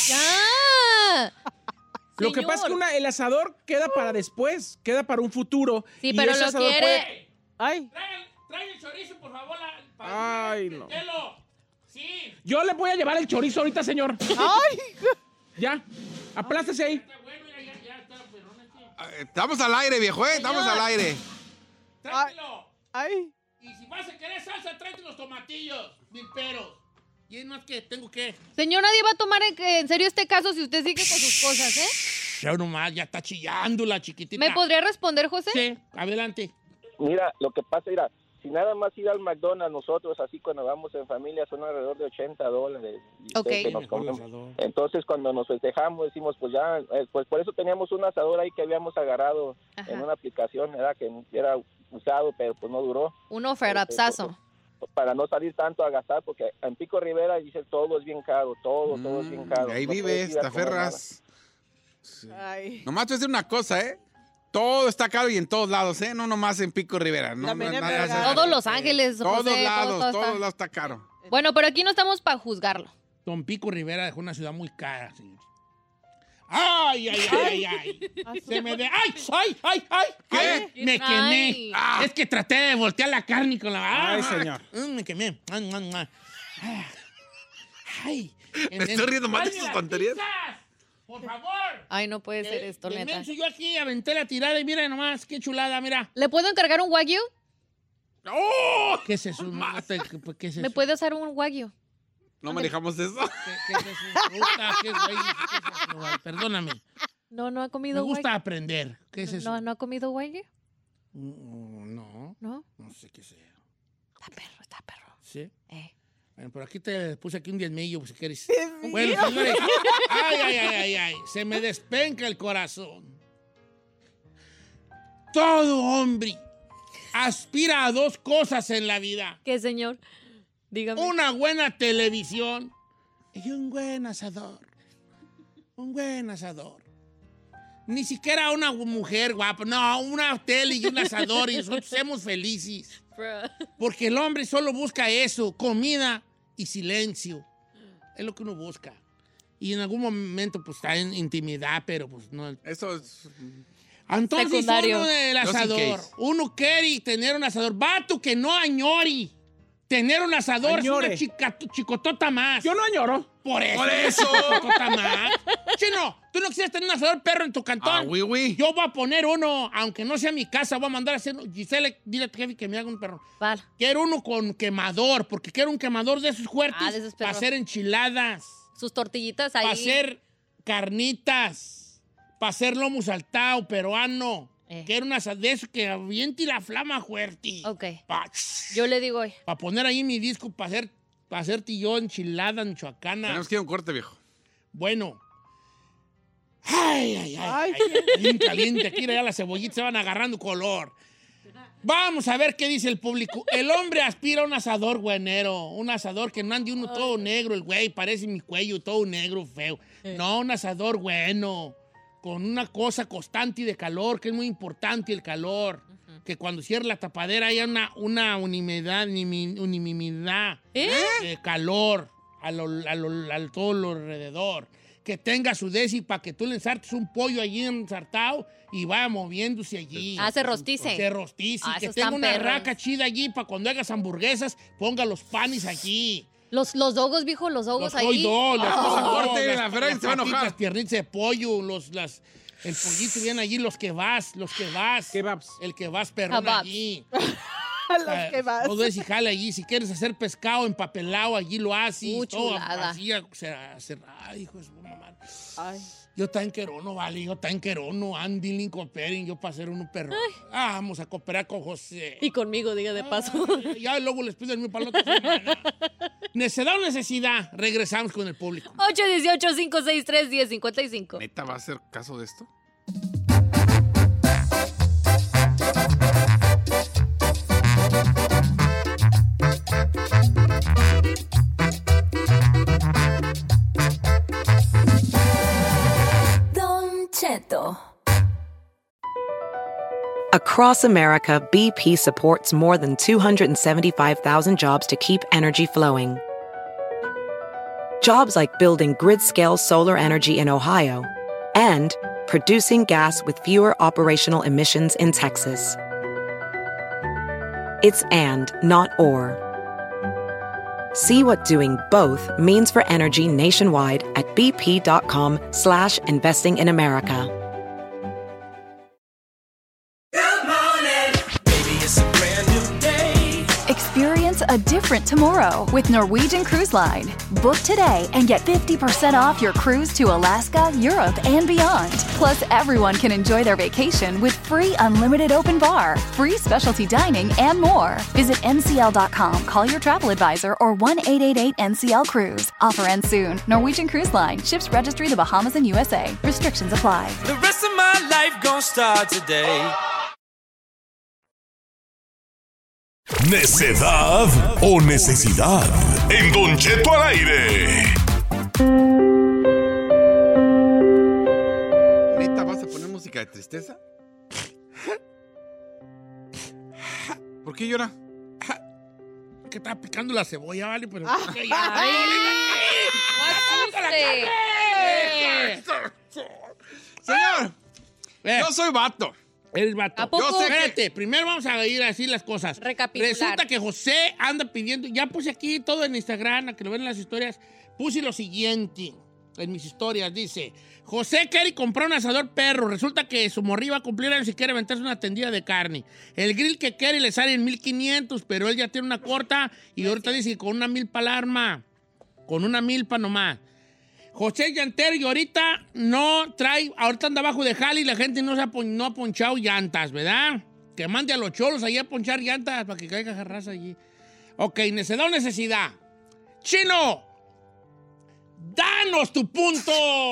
¡Ya! Lo que pasa es que el asador queda para después, queda para un futuro. Sí, y pero ese lo asador quiere... Ay. Trae el chorizo, por favor. Ay, no. Sí. Yo le voy a llevar el chorizo ahorita, señor. Ay. Ya, aplástese ahí. Está bueno, ya está, perrón. Estamos al aire, viejo, Estamos al aire. Tráetelo. Ay. Y si vas a querer salsa, tráete los tomatillos, milperos. Y no es que tengo que... Señor, nadie va a tomar en serio este caso si usted sigue con sus cosas, ¿eh? Ya nomás, ya está chillando la chiquitita. ¿Me podría responder, José? Sí, adelante. Mira, lo que pasa, si nada más ir al McDonald's nosotros, así cuando vamos en familia, son alrededor de $80. Y Ok. que nos comemos. Entonces, cuando nos festejamos, decimos, pues ya, pues por eso teníamos un asador ahí que habíamos agarrado Ajá. en una aplicación, ¿verdad? Que era usado, pero pues no duró. Un oferapsazo. Para no salir tanto a gastar, porque en Pico Rivera dice todo es bien caro, todo es bien caro. Ahí No puedes vives, ir a te comer aferras. Ay. Nomás te voy a decir una cosa, Todo está caro y en todos lados, No nomás en Pico Rivera. No, También en nada, Vergara. Todos Los Ángeles, Todos José, lados, todo está- está caro. Bueno, pero aquí no estamos para juzgarlo. Don Pico Rivera dejó una ciudad muy cara, señor. ¡Ay, ay, ay, ay! ay! Se me de... ¡Ay, ay, ay, ay! ¿Qué? Ay, me quemé. Ay. Es que traté de voltear la carne con la... Ay, señor. Me quemé. ¡Ay! Me estoy riendo más de ¡Ay, sus las tonterías. pizzas! ¡Por favor! Ay, no puede ser esto, De neta. menso yo aquí aventé la tirada y mira nomás, qué chulada, mira. ¿Le puedo encargar un wagyu? ¡Oh! ¿Qué es eso? ¿Qué es eso? ¿Me puede usar un wagyu? No manejamos eso. ¿Qué es eso? Fruta, ¿qué es eso? Ay, perdóname. No, no ha Me comido gusta wagyu. aprender. ¿Qué es eso? No ha comido wagyu. No, ¿No? no sé qué sea. Está perro. ¿Sí? Eh. Bueno, por aquí te puse aquí un diezmillo, pues si quieres. Bueno, señores. Ay, ay, ay, ay, ay. Se me despenca el corazón. Todo hombre aspira a dos cosas en la vida. ¿Qué, señor? Dígame. Una buena televisión y un buen asador. Un buen asador. Ni siquiera una mujer guapa. No, una tele y un asador y nosotros somos felices. Porque el hombre solo busca eso, comida y silencio. Es lo que uno busca. Y en algún momento pues está en intimidad, pero pues no. Eso es... Entonces Secundario. uno del Just in asador, case. uno quiere tener un asador. Vato que no añori. Tener un asador Añore. es una chicotota más. Yo no añoro. Por eso. Por eso. Chicotota más. Chino, tú no quisieras tener un asador perro en tu cantón. Ah, oui. Yo voy a poner uno, aunque no sea mi casa, voy a mandar a hacer. Giselle, dile a tu jefe que me haga un perro. Vale. Quiero uno con quemador, porque quiero un quemador de esos fuertes Ah, de esos para perros. hacer enchiladas, Sus tortillitas ahí. para hacer carnitas, para hacer lomo saltado peruano. Quiero una de esos que aviente la flama fuerte. Ok. Para Yo le digo hoy. poner ahí mi disco para hacerte yo enchilada michoacana. Tenemos que ir a un corte, viejo. Bueno. Ay, ay, ay. Ay. ay, bien caliente. Aquí ya las cebollitas se van agarrando color. Vamos a ver qué dice el público. El hombre aspira a un asador buenero. Un asador que no ande uno todo negro, el güey. Parece mi cuello todo negro, feo. No, un asador bueno. Con una cosa constante y de calor, que es muy importante el calor. Que cuando cierre la tapadera haya una unanimidad de calor a todo lo alrededor. Que tenga su desi para que tú le ensartes un pollo allí ensartado y vaya moviéndose allí. Ah, se rostice. Se rostice. Ah, Que esos tenga están una perros. raca chida allí para cuando hagas hamburguesas, ponga los panes allí. Los dogos, viejo, los dogos Los ahí. hot dogs, los hot dogs, corte, las- la Ferrari las se va a patitas, enojar. Las piernitas de pollo, el pollito viene allí, los que vas. Kebabs. El que vas, perrón, Kebabs. allí. Los que vas. Todo es y jale allí. Si quieres hacer pescado empapelado, allí lo haces. Todo chulada. así, ay, hijo de su mamá. Ay. Yo tan querono, vale, yo tan querono. Andy, cooperen, yo para hacer un perro. Vamos a cooperar con José. Y conmigo, diga de paso. Ya luego les pido el mío para la otra semana. Necesidad o necesidad. Regresamos con el público. 818-563-1055. ¿Neta va a hacer caso de esto? Don Cheto. Across America, BP supports more than 275,000 jobs to keep energy flowing. Jobs like building grid-scale solar energy in Ohio and producing gas with fewer operational emissions in Texas. It's and, not or. See what doing both means for energy nationwide at bp.com/investing in America. Experience a different tomorrow with Norwegian Cruise Line. Book today and get 50% off your cruise to Alaska, Europe, and beyond. Plus, everyone can enjoy their vacation with free unlimited open bar, free specialty dining, and more. Visit ncl.com, call your travel advisor, or 1-888-NCL-CRUISE. Offer ends soon. Norwegian Cruise Line. Ships registry the Bahamas and USA. Restrictions apply. The rest of my life gon' start today. ¿Necedad o necesidad? En Don Cheto al aire. ¿Neta vas a poner música de tristeza? ¿Por qué llora? Que estaba picando la cebolla, ¿vale? Pero... Señor, yo soy vato. Eres vato. ¿A poco? Yo sé. Espérate, primero vamos a ir así las cosas. Recapitular. Resulta que José anda pidiendo, ya puse aquí todo en Instagram, a que lo ven en las historias, puse lo siguiente en mis historias, dice, José quiere comprar un asador perro, resulta que su morri va a cumplir años y quiere aventarse una tendida de carne. El grill que quiere le sale en 1,500, pero él ya tiene una corta y ahorita dice que con una milpa al arma, con una milpa nomás. José Llantero y ahorita no trae, ahorita anda abajo de jale y la gente no ha ponchado llantas, ¿verdad? Que mande a los cholos allí a ponchar llantas para que caiga jarraza allí. Ok, necesidad o necesidad. ¡Chino! ¡Danos tu punto!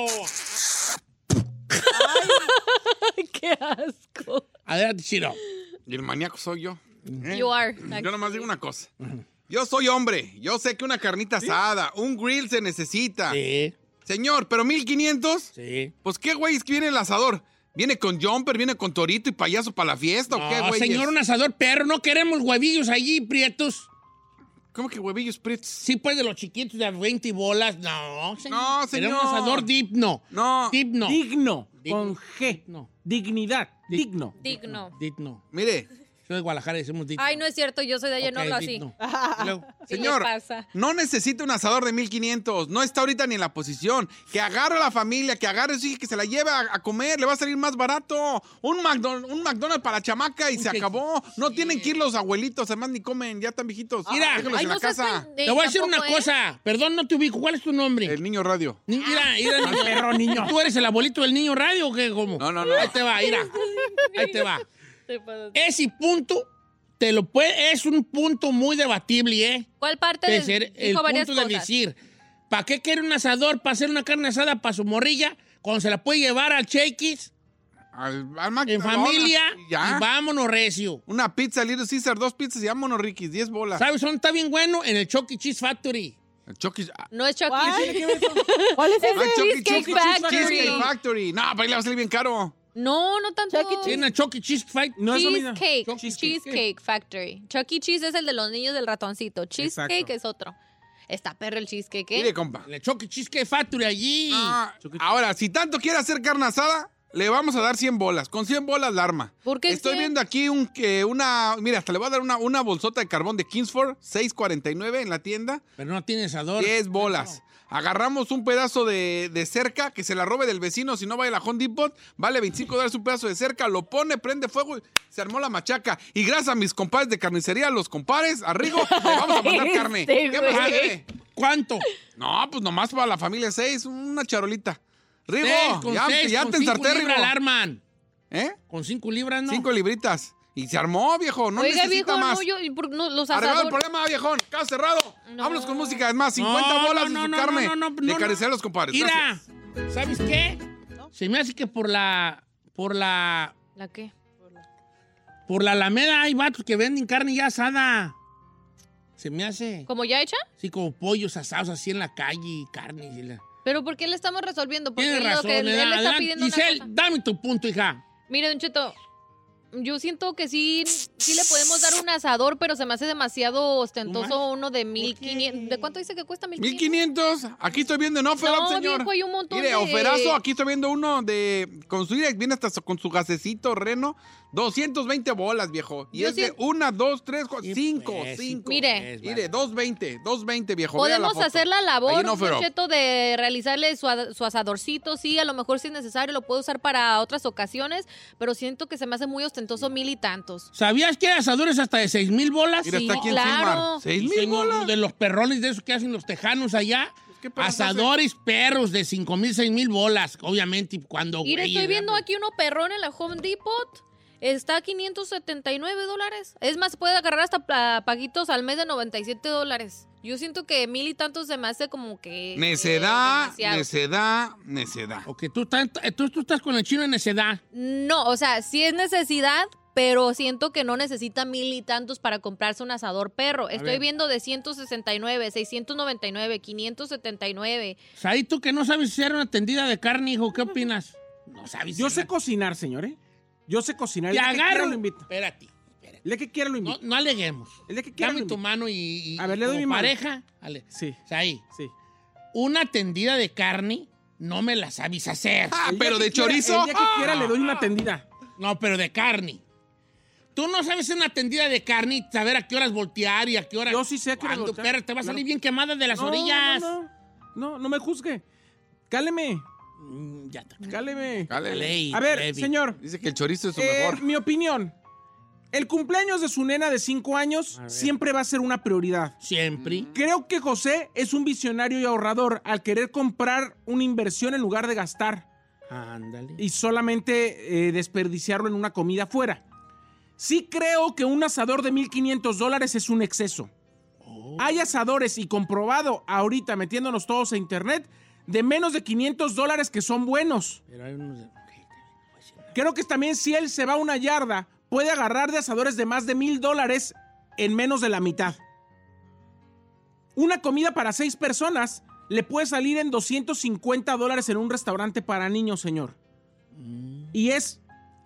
¡Ay, qué asco! Adelante, Chino. Y el maníaco soy yo. You are. Yo nomás digo una cosa. Yo soy hombre. Yo sé que una carnita asada, un grill se necesita. Sí. Señor, ¿pero 1,500? Sí. Pues, ¿qué güey es que viene el asador? ¿Viene con jumper, viene con torito y payaso para la fiesta o qué, güey? Señor, un asador perro. No queremos huevillos allí, prietos. ¿Cómo que huevillos prietos? Sí, pues, de los chiquitos de 20 bolas. No, señor. No, señor. Queremos un asador digno. No. Digno. Digno. Digno. Con G. No. Dignidad. Digno. Digno. Digno. Mire, Soy de Guadalajara y decimos digno. Ay, no es cierto, yo soy de allá, no Ok, hablo así. digno. Y luego, ¿Qué señor, le pasa? no necesita un asador de 1,500. No está ahorita ni en la posición. Que agarre a la familia, que agarre a su hija, que se la lleve a comer. Le va a salir más barato. Un McDonald's para la chamaca y se acabó. No tienen que ir los abuelitos, además ni comen, ya están viejitos. Mira, déjenlos en la casa. Te voy a decir una cosa. Perdón, no te ubico. ¿Cuál es tu nombre? El niño radio. Mira, niño. Perro niño. ¿Tú eres el abuelito del niño radio o qué? ¿Cómo? No. Ahí te va, mira. Ahí te va. Ese punto es un punto muy debatible, ¿eh? ¿Cuál parte De del ser el dijo varias punto de cosas? decir, ¿para qué quiere un asador para hacer una carne asada para su morrilla cuando se la puede llevar al Shakey's Al en familia ya. y vámonos recio? Una pizza, Little Caesar, 2 pizzas y vámonos, Rikis, 10 bolas. ¿Sabes dónde está bien bueno? En el Chuck E. Cheese Factory. El Chucky. No es Chucky. ¿Cuál es ese? Cheesecake Factory. Cheesecake Factory. No, para ahí le va a salir bien caro. No tanto. En el Chuck E. Cheese Factory. No es lo mismo. Cheesecake Factory. Chuck E. Cheese es el de los niños del ratoncito. Cheesecake Exacto. es otro. Está perro el cheesecake, ¿eh? Mire, compa. En el Chuck E. Cheesecake Factory allí. Ahora, si tanto quiere hacer carne asada, le vamos a dar 100 bolas. Con 100 bolas la arma. ¿Por qué Estoy 100? viendo aquí una... Mira, hasta le voy a dar una bolsota de carbón de Kingsford, $6.49 en la tienda. Pero no tiene asador. 10 bolas. Agarramos un pedazo de cerca que se la robe del vecino, si no vaya a la Home Depot, vale $25 un pedazo de cerca, lo pone, prende fuego y se armó la machaca. Y gracias a mis compadres de carnicería, los compadres, a Rigo, le vamos a mandar carne. ¿Qué más quiere? ¿Cuánto? No, pues nomás para la familia 6, una charolita. Rigo, ya con te 5 ensarté, Rigo. libras la arman. ¿Eh? Con 5 libras, ¿no? 5 libritas. Y se armó, viejo, no Oiga, necesita viejo, más. no, no, los Arreglado el asadores. problema, viejón. Caso cerrado. No. Vámonos con música. Es más, 50 bolas de su carne. De carnicería a los compadres. Mira, Gracias. ¿sabes qué? Se me hace que por la ¿La qué? por la Alameda hay vatos que venden carne ya asada. Se me hace. ¿Como ya hecha? Sí, como pollos asados así en la calle y carne. Y la... ¿Pero por qué le estamos resolviendo? Porque Tienes razón, él está adelante. pidiendo una Giselle, cosa. dame tu punto, hija. Mire, Don Cheto, yo siento que sí le podemos dar un asador, pero se me hace demasiado ostentoso uno de 1,500. ¿De cuánto dice que cuesta 1,500? 1,500. Aquí estoy viendo en Offer No, señor. viejo, hay un montón Mire, de... oferazo, aquí estoy viendo uno de construir, viene hasta con su gasecito reno, 220 bolas, viejo. Y Yo es de sí- 1, 2, 3, 4, 5, pues, 5. Mire. Mire, 220, viejo. Vea Podemos foto. hacer la Ahí labor, en Offer Don Up. Cheto, de realizarle su asadorcito, sí, a lo mejor si es necesario lo puedo usar para otras ocasiones, pero siento que se me hace muy ostentoso 1,000 y tantos. ¿Sabías que hay asadores hasta de 6,000 bolas? Mira, Sí, está aquí en claro. Silmar. 6,000 Señor, bolas. de los perrones de esos que hacen los tejanos allá. ¿qué perros Asadores perros de 5,000, 6,000 bolas. Obviamente, cuando... Mire, güey, estoy viendo ¿verdad? aquí uno perrón en la Home Depot. Está a $579. Es más, puede agarrar hasta paguitos al mes de $97. Yo siento que 1,000 y tantos se me hace como que... Necedad, demasiado. necedad. Ok, tú estás con el chino en necedad. No, o sea, sí es necesidad, pero siento que no necesita 1,000 y tantos para comprarse un asador perro. Estoy ver. viendo de 169, 699, 579. O sea, ahí tú que no sabes hacer una tendida de carne, hijo, ¿qué opinas? No sabes. Yo sé hacer cocinar, señor, ¿eh? Yo sé cocinar. nada. El Te día que quiera agarro. lo invito. Espérate. El día que quiera lo No, invito. no aleguemos. El día que quiera Dame lo tu invito. mano y A ver, le doy como mi mano. pareja. Ale. Sí, O sea, ahí. sí. Una tendida de carne no me la sabes hacer. Ah, El día pero que de quiera- chorizo. El día que quiera le doy una tendida. No, pero de carne. Tú no sabes hacer una tendida de carne y saber a qué horas voltear y a qué horas... Yo sí sé a qué horas Cuando, voltear. perra, te va a salir Claro. bien quemada de las No, orillas. No me juzgue. Cáleme, Ya está. cáleme. Cálele. A ver, Baby. señor, Dice que el chorizo es su mejor. mi opinión. El cumpleaños de su nena de 5 años siempre va a ser una prioridad. Siempre. Creo que José es un visionario y ahorrador al querer comprar una inversión en lugar de gastar Ándale. y solamente desperdiciarlo en una comida fuera. Sí creo que un asador de $1,500 es un exceso. Hay asadores, y comprobado ahorita metiéndonos todos a internet, de menos de $500 que son buenos. Pero hay unos... Creo que también si él se va a una yarda, puede agarrar de asadores de más de $1,000 en menos de la mitad. Una comida para 6 personas le puede salir en $250 en un restaurante para niños, señor. Y es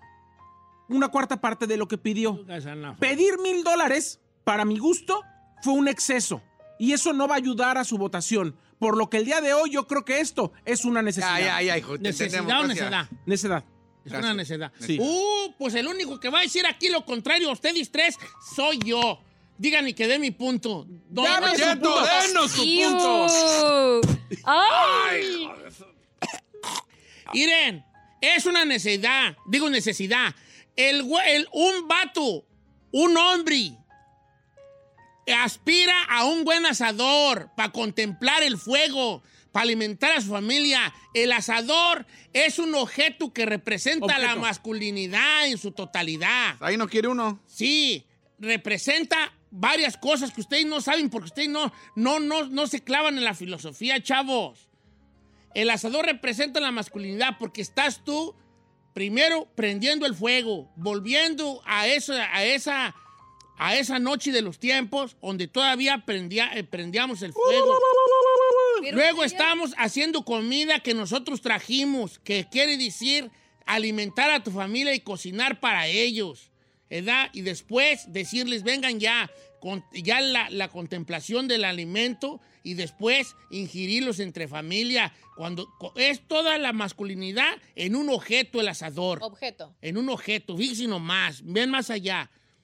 una cuarta parte de lo que pidió. Pedir $1,000, para mi gusto, fue un exceso. Y eso no va a ayudar a su votación. Por lo que el día de hoy yo creo que esto es una necesidad. Ya, hijo. te ¿Necesidad entendemos, o gracias. necedad? Necedad. Es una necedad. Sí. Pues el único que va a decir aquí lo contrario a ustedes tres soy yo. Díganme que dé mi punto. Dame Denos Cheto, denos tu ¡Iu! punto. ¡Ay! Miren, es una necesidad. Digo necesidad. Un vato, un hombre, aspira a un buen asador para contemplar el fuego, para alimentar a su familia. El asador es un objeto que representa la masculinidad en su totalidad. Ahí no quiere uno. Sí, representa varias cosas que ustedes no saben porque ustedes no se clavan en la filosofía, chavos. El asador representa la masculinidad porque estás tú primero prendiendo el fuego, volviendo a esa noche de los tiempos donde todavía prendíamos el fuego. Luego estamos haciendo comida que nosotros trajimos, que quiere decir alimentar a tu familia y cocinar para ellos, ¿verdad? Y después decirles, vengan ya, ya la contemplación del alimento y después ingerirlos entre familia. Cuando es toda la masculinidad en un objeto, el asador. Objeto. En un objeto, fíjense nomás, ven más allá.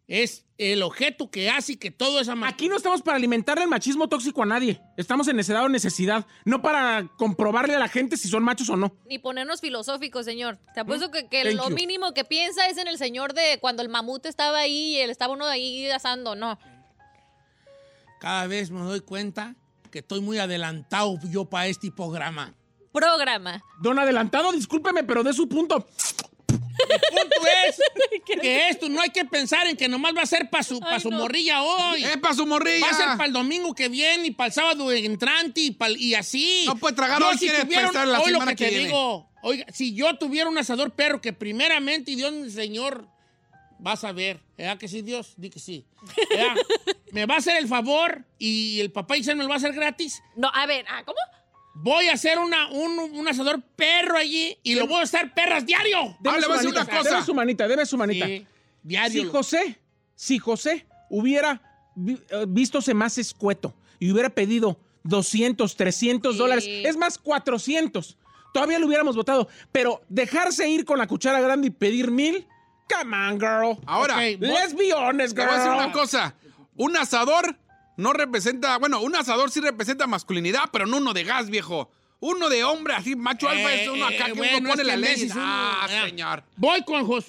es el objeto que hace que todo esa... Aquí no estamos para alimentarle el machismo tóxico a nadie. Estamos en necedad o necesidad, no para comprobarle a la gente si son machos o no. Ni ponernos filosóficos, señor. Te apuesto que Thank lo you. mínimo que piensa es en el señor de cuando el mamut estaba ahí y él estaba uno ahí asando, no. Cada vez me doy cuenta que estoy muy adelantado yo para este programa. Programa. Don Adelantado, discúlpeme, pero de su punto. El punto es que esto no hay que pensar en que nomás va a ser para su morrilla hoy. para su morrilla! Va a ser para el domingo que viene y para el sábado entrante y así. No puede tragar Yo, hoy, quiere pensar la hoy lo semana que que te viene. digo, oiga, si yo tuviera un asador perro que primeramente Dios mi Señor, vas a ver, ¿verdad que sí, Dios? Di que sí. ¿Verdad? ¿Me va a hacer el favor y el papá Isabel me lo va a hacer gratis? No, a ver, ¿cómo? Voy a hacer un asador perro allí y lo voy a estar perras diario. Deme su manita, deme su manita. Sí, diario. Si José hubiera vístose más escueto y hubiera pedido 200, 300 dólares, es más, 400, todavía lo hubiéramos votado. Pero dejarse ir con la cuchara grande y pedir 1000, come on, girl. Ahora, let's be honest, te girl. voy a decir una cosa. Un asador no representa... Bueno, un asador sí representa masculinidad, pero no uno de gas, viejo. Uno de hombre, así, macho alfa, es uno acá que bueno, uno pone es que la en ley. veces Señor. Voy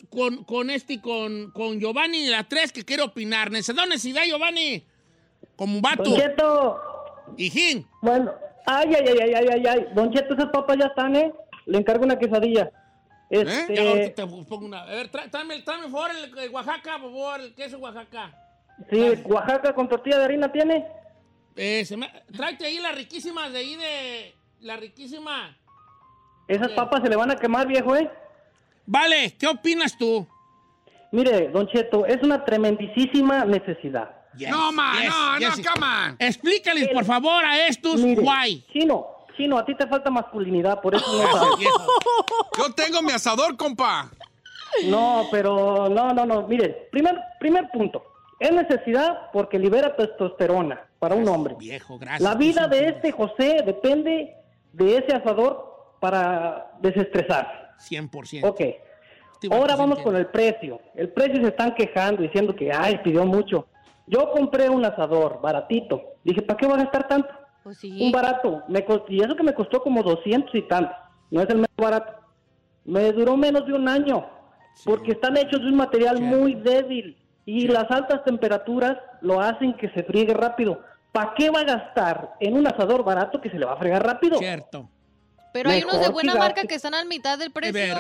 con Giovanni de la 3 que quiere opinar. Necesidad, Giovanni. Como un vato. Don Cheto. Hijín. Bueno, ay. Don Cheto, esas papas ya están, ¿eh? Le encargo una quesadilla. Ya, ahorita te pongo una. A ver, tráeme por favor el Oaxaca, por favor, el queso Oaxaca. Sí, Oaxaca con tortilla de harina tiene. Tráete ahí las riquísimas de ahí de... La riquísima. Esas papas se le van a quemar, viejo, ¿eh? Vale, ¿qué opinas tú? Mire, Don Cheto, es una tremendísima necesidad. Yes, No, man, yes, no, yes. come on. Explícales, por favor, a estos Mire, why. Chino, a ti te falta masculinidad, por eso no sabes. Yo tengo mi asador, compa. No, pero no. Mire, primer punto. Es necesidad porque libera testosterona para un hombre. Viejo, gracias. La vida de este José depende de ese asador para desestresarse. 100%. Ok. Ahora vamos con el precio. El precio se están quejando diciendo que, pidió mucho. Yo compré un asador baratito. Dije, ¿para qué voy a gastar tanto? Pues sí. Un barato. Y eso que me costó como 200 y tanto. No es el menos barato. Me duró menos de un año. Sí. Porque están hechos de un material muy débil. Y las altas temperaturas lo hacen que se friegue rápido. ¿Para qué va a gastar en un asador barato que se le va a fregar rápido? Cierto. Pero hay unos de buena marca que están a mitad del precio.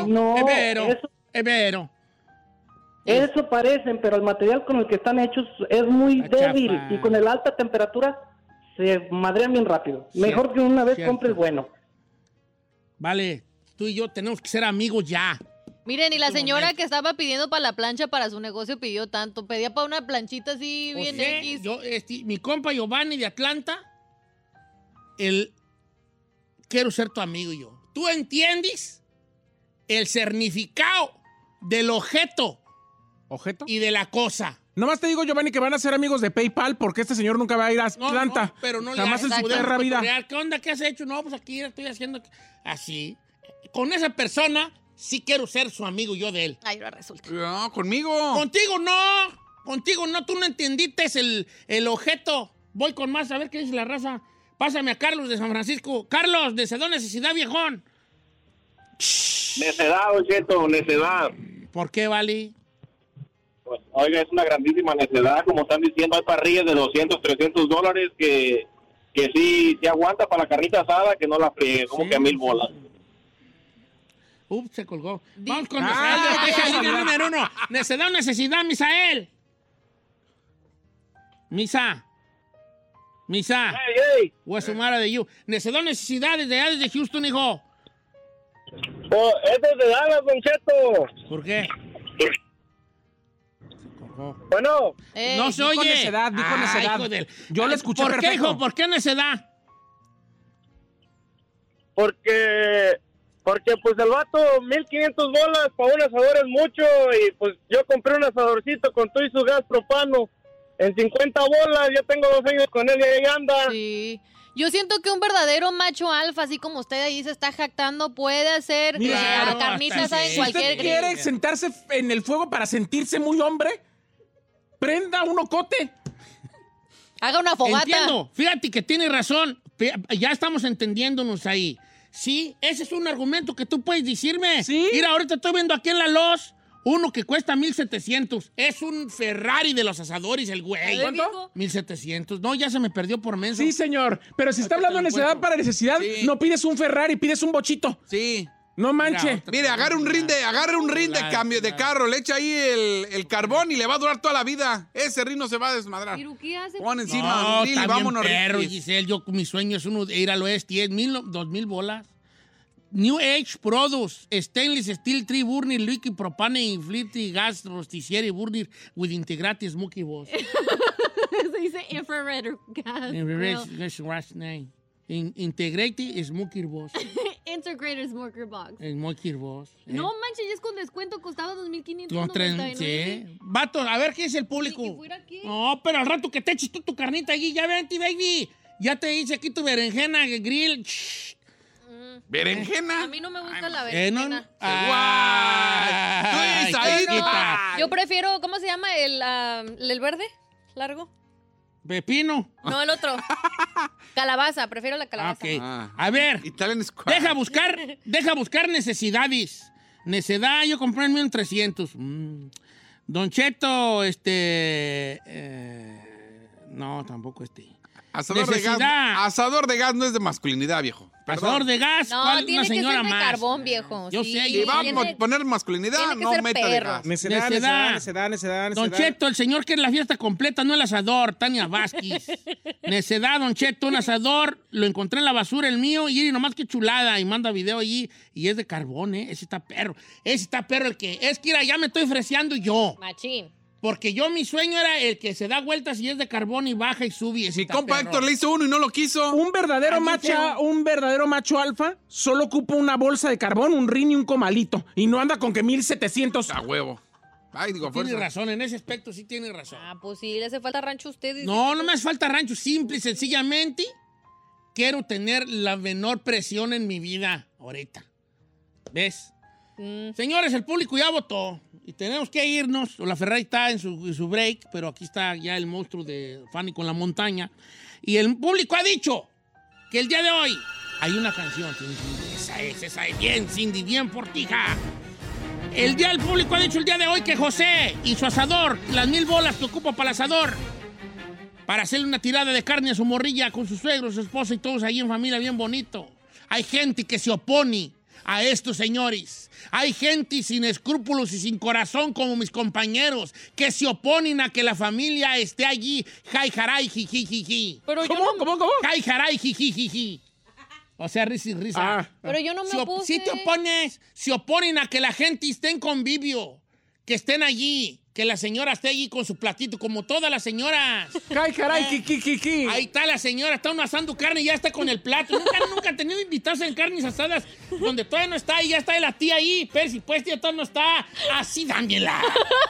Eso parecen, pero el material con el que están hechos es muy débil. Y con el alta temperatura se madrean bien rápido. Cierto. Mejor que una vez compre el bueno. Vale, tú y yo tenemos que ser amigos ya. Miren, y la señora que estaba pidiendo para la plancha para su negocio pidió tanto. Pedía para una planchita así bien X. Mi compa Giovanni de Atlanta, quiero ser tu amigo yo. ¿Tú entiendes el significado del objeto y de la cosa? Nomás te digo, Giovanni, que van a ser amigos de PayPal porque este señor nunca va a ir a Atlanta. No, pero no jamás en su perra vida. ¿Qué onda? ¿Qué has hecho? No, pues aquí estoy haciendo así. Con esa persona... Sí quiero ser su amigo yo de él. Ay, ahora resulta. No, conmigo. Contigo no. Tú no entendiste el objeto. Voy con más a ver qué dice la raza. Pásame a Carlos de San Francisco. Carlos, de Sedón Necesidad, viejón. Necedad, Ocheto, necedad. ¿Por qué, Vali? Pues, oiga, es una grandísima necedad. Como están diciendo, hay parrillas de 200, 300 dólares que sí aguanta para la carnita asada, que no la friegue, como que a 1000 bolas. Se colgó. Vamos con Misael, número 1. Necedad o necesidad, Misael. Misa. Hey. Guasumara de you. Necedad o necesidad desde Houston, hijo. Es desde Dallas, Don Cheto. ¿Por qué? Bueno. No se oye. Dijo necedad. Yo lo escuché perfecto. ¿Por qué, hijo? ¿Por qué necedad? Porque pues el vato, 1,500 bolas para un asador es mucho, y pues yo compré un asadorcito con todo y su gas propano en 50 bolas, ya tengo 2 años con él y ahí anda. Sí. Yo siento que un verdadero macho alfa, así como usted ahí se está jactando, puede hacer carnitas en cualquier... ¿Usted quiere sentarse en el fuego para sentirse muy hombre? prenda un ocote. Haga una fogata. Entiendo. Fíjate que tiene razón. Ya estamos entendiéndonos ahí. Sí, ese es un argumento que tú puedes decirme. Sí. Mira, ahorita estoy viendo aquí en la Loz uno que cuesta 1,700. Es un Ferrari de los asadores, el güey. ¿Cuánto? 1,700. No, ya se me perdió por menso. Sí, señor. Pero si está hablando de necesidad para necesidad, Sí. no pides un Ferrari, pides un bochito. Sí. No manche. Mire, agarre un rin de cambio de carro, le echa ahí el carbón y le va a durar toda la vida. Ese rin no se va a desmadrar. ¿Pero qué hace? Pon encima No, un rin y está vámonos, bien perro, Riquis. Giselle. Mi sueño es ir al oeste. 2,000 bolas. New Age Products, Stainless Steel Tree Burner, Liquid Propane y Flirty Gas Rosticiere Burner with Integrated Smoky Boss. Se dice infrared gas. Integrated Smoky Boss. Integrated Smoker Box. Smoky Boss. No manches, ya es con descuento, costaba Los 2,599. sí. Vato, a ver qué es el público. ¿Y fuera qué? No, pero al rato que te eches tú tu carnita allí, ya vente, baby. Ya te hice aquí tu berenjena grill. ¿Berenjena? A mí no me gusta la No. berenjena. Ay, chiquita. Yo prefiero, ¿cómo se llama? El verde, largo. Pepino. No, el otro. Calabaza, prefiero la calabaza. Ok. A ver, deja buscar necesidades. Necedad, yo compré el mío en 300. Don Cheto, no, tampoco Asador de gas no es de masculinidad, viejo. Asador de gas, No, ¿cuál? tiene Una señora que ser de más. carbón, viejo. Yo sí, sé, Si va tiene- a poner masculinidad, tiene que no ser meta de perro. gas. Necedad. Don Cheto, el señor quiere la fiesta completa, no el asador, Tania Vázquez. Necedad, Don Cheto, un asador, lo encontré en la basura, el mío, y nomás que chulada, y manda video allí, y es de carbón, Ese está perro. El que, es que ya me estoy freseando yo. Machín. Porque mi sueño era el que se da vueltas y es de carbón y baja y sube. Mi compa Héctor le hizo uno y no lo quiso. Un verdadero macho alfa solo ocupa una bolsa de carbón, un rin y un comalito. Y no anda con que 1,700. A huevo. Ay, digo, Tiene fuerza. razón, en ese aspecto sí tiene razón. Ah, pues sí, le hace falta rancho a usted. dice. No me hace falta rancho. Simple y sencillamente quiero tener la menor presión en mi vida ahorita. ¿Ves? Señores, el público ya votó y tenemos que irnos. La Ferrari está en su break, pero aquí está ya el monstruo de Fanny con la montaña. Y el público ha dicho que el día de hoy hay una canción. Esa es bien, Cindy, bien portija. El público ha dicho el día de hoy que José y su asador, las 1,000 bolas que ocupa para el asador, para hacerle una tirada de carne a su morrilla con su suegro, su esposa y todos ahí en familia bien bonito. Hay gente que se opone a estos señores. Hay gente sin escrúpulos y sin corazón como mis compañeros que se oponen a que la familia esté allí. Jai, jaray, jiji. ¿Cómo? Jai, jaray, jiji. O sea, risa y risa. Pero yo no me opuse. Si te opones, se oponen a que la gente esté en convivio, que estén allí, que la señora esté allí con su platito, como todas las señoras. Caray, Ahí está la señora, está uno asando carne y ya está con el plato. Nunca han tenido invitados en carnes asadas donde todavía no está y ya está la tía ahí. Percy, pues, tía, todavía no está. Así, dámela.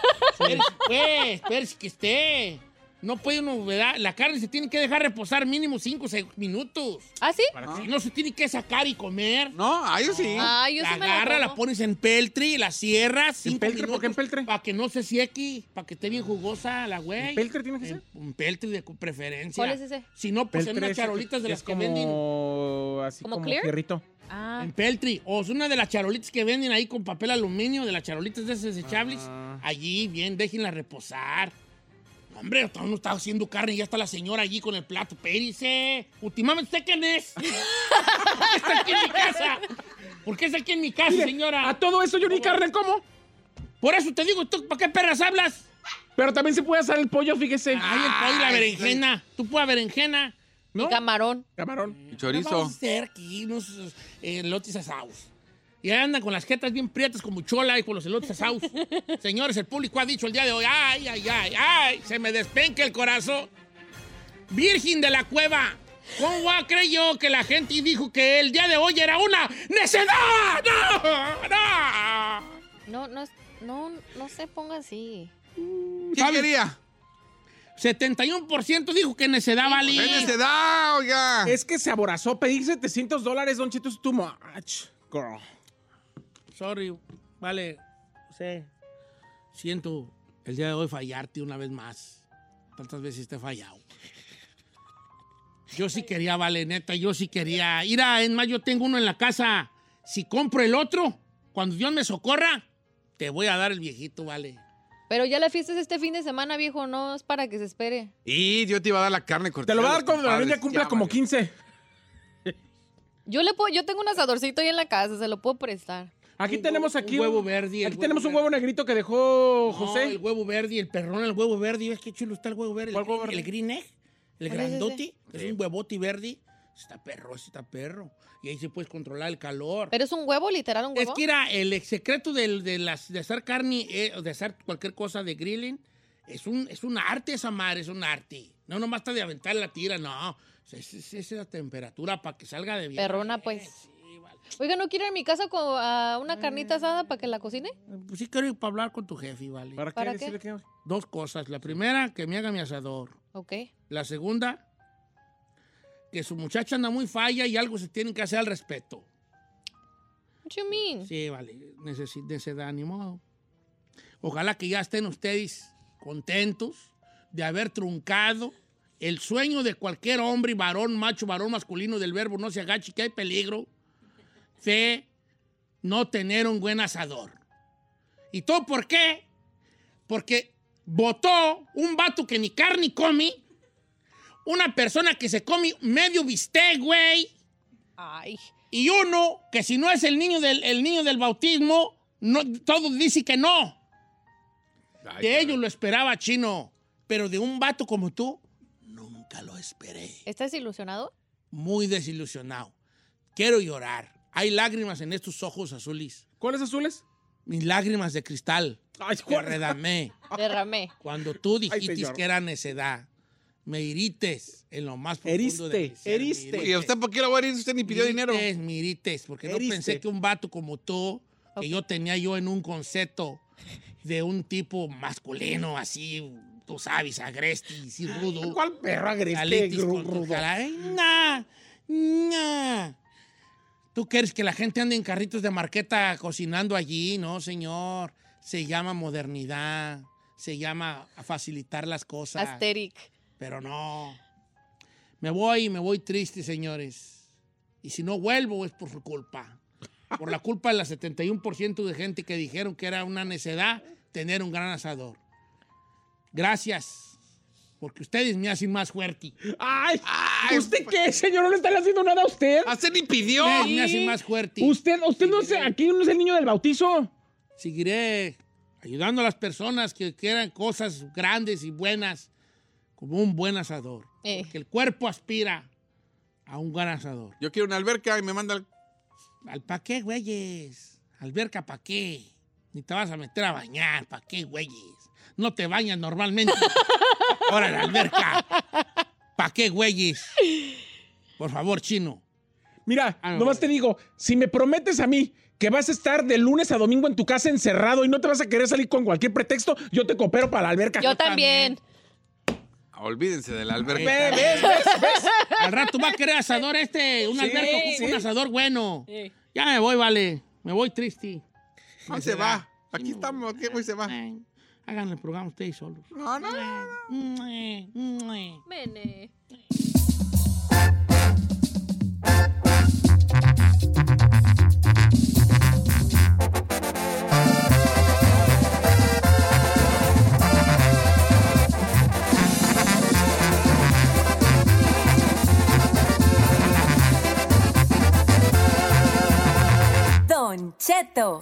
Percy, que esté. No puede uno, ¿verdad? La carne se tiene que dejar reposar mínimo 5 minutos. ¿Ah, sí? No se tiene que sacar y comer. No, yo sí. Ah, yo La sí me la agarra, la como. pones en peltre, la cierras. ¿En peltre? ¿Por qué en peltre? Para que no se seque, para que esté bien jugosa la güey. ¿En peltre tiene que ser? Un peltre de preferencia. ¿Cuál es ese? Si no, pues en Peltre unas charolitas de es las que como- venden. Así ¿Como como clear? fierrito. Ah. En peltre. O es una de las charolitas que venden ahí con papel aluminio, de las charolitas desechables. Allí, bien, déjenla reposar. Hombre, uno está haciendo carne y ya está la señora allí con el plato. Périce. Últimamente, ¿usted quién es? ¿Por qué está aquí en mi casa? ¿Por qué está aquí en mi casa, Mire, señora? A todo eso yo ni carne como. Por eso te digo, ¿tú para qué perras hablas? Pero también se puede asar el pollo, fíjese. Ay, el pollo y la berenjena. Tú puedes berenjena. ¿No? Y camarón. Camarón. Y chorizo. Vamos a hacer aquí unos elotes asados. Y andan con las jetas bien prietas como chola y con los elotes asados. Señores, el público ha dicho el día de hoy, ay, se me despenca el corazón. Virgen de la Cueva, ¿cómo creer yo que la gente dijo que el día de hoy era una necedad? No se ponga así. ¿Qué quería? 71% dijo que necedad valía. ¿Qué necedad, oiga? Es que se aborazó. Pedir $700, Don Cheto, es too much, girl. Sorry, vale, sé, siento el día de hoy fallarte una vez más. Tantas veces te he fallado. Yo sí quería, vale, neta, yo sí quería. Mira, es más, yo tengo uno en la casa. Si compro el otro, cuando Dios me socorra, te voy a dar el viejito, vale. Pero ya la fiesta es este fin de semana, viejo, no es para que se espere. Y yo te iba a dar la carne cortada. Te lo va a dar cuando la niña cumpla como 15. Yo tengo un asadorcito ahí en la casa, se lo puedo prestar. Aquí tenemos un huevo verde. Aquí tenemos un huevo negrito que dejó No, José. el huevo verde, el perrón, el huevo verde. ¿Ves qué chulo está el huevo verde? ¿Cuál huevo verde? El green egg, el ¿Cuál es grandote, que es un huevote verde. Está perro. Y ahí se puedes controlar el calor. ¿Pero es un huevo, literal, un huevo? Es que era el secreto de hacer carne, de hacer cualquier cosa de grilling. Es un arte esa madre, es un arte. No nomás está de aventar la tira, no. Es la temperatura para que salga de bien. Perrona, pues. Sí, vale. Oiga, ¿no quiere ir a mi casa con una carnita asada para que la cocine? Pues sí quiero ir para hablar con tu jefe, ¿vale? ¿Para qué? ¿Para Decirle qué? que- Dos cosas. La primera, que me haga mi asador. Ok. La segunda, que su muchacha anda muy falla y algo se tiene que hacer al respecto. What you mean? Sí, vale, necesita ánimo. Ojalá que ya estén ustedes contentos de haber truncado el sueño de cualquier hombre, varón, macho, varón masculino del verbo no se agache, que hay peligro de no tener un buen asador. ¿Y todo por qué? Porque votó un vato que ni carne come, una persona que se come medio bistec, güey. Ay. Y uno que si no es el niño del bautismo, no, todos dicen que no. De ellos lo esperaba, Chino. Pero de un vato como tú, nunca lo esperé. ¿Estás ilusionado? Muy desilusionado. Quiero llorar. Hay lágrimas en estos ojos azules. ¿Cuáles azules? Mis lágrimas de cristal. Ay, que derramé. Derramé. Cuando tú Ay, dijiste señor. que era necedad. Me hirites en lo más profundo de mi ser. Heriste. ¿Y a usted por qué lo va a ir? Usted ni pidió dinero. Me irites, porque no Heriste. pensé que un vato como tú, que yo tenía yo en un concepto de un tipo masculino, así, tú sabes, agreste y rudo. ¿Cuál perro agreste, Calitis con tu rudo? cara. Ay, nah. ¿Tú quieres que la gente ande en carritos de marqueta cocinando allí? No, señor. Se llama modernidad. Se llama facilitar las cosas. Asteric. Pero no. Me voy triste, señores. Y si no vuelvo es por su culpa. Por la culpa del 71% de gente que dijeron que era una necedad tener un gran asador. Gracias. Porque ustedes me hacen más fuerte. Ay, ¿usted qué, señor? No le están haciendo nada a usted. ¡Usted ni pidió! Ustedes me hacen más fuerte. Usted no es, aquí no es el niño del bautizo. Seguiré ayudando a las personas que quieran cosas grandes y buenas como un buen asador. Porque el cuerpo aspira a un gran asador. Yo quiero una alberca y me manda ¿Al pa' qué, güeyes? ¿Alberca pa' qué? Ni te vas a meter a bañar, ¿pa' qué, güeyes? No te bañas normalmente. Ahora la alberca. ¿Pa' qué, güeyes? Por favor, Chino. Mira, nomás te digo, si me prometes a mí que vas a estar de lunes a domingo en tu casa encerrado y no te vas a querer salir con cualquier pretexto, yo te coopero para la alberca. Yo también. Olvídense de la alberca. ¿Ves? Al rato va a querer asador un alberca con un asador bueno. Sí. Ya me voy, vale. Me voy triste. ¿Dónde se va? Aquí estamos, ¿qué güey se va? Hagan el programa ustedes solos. No. Mene. Don Cheto.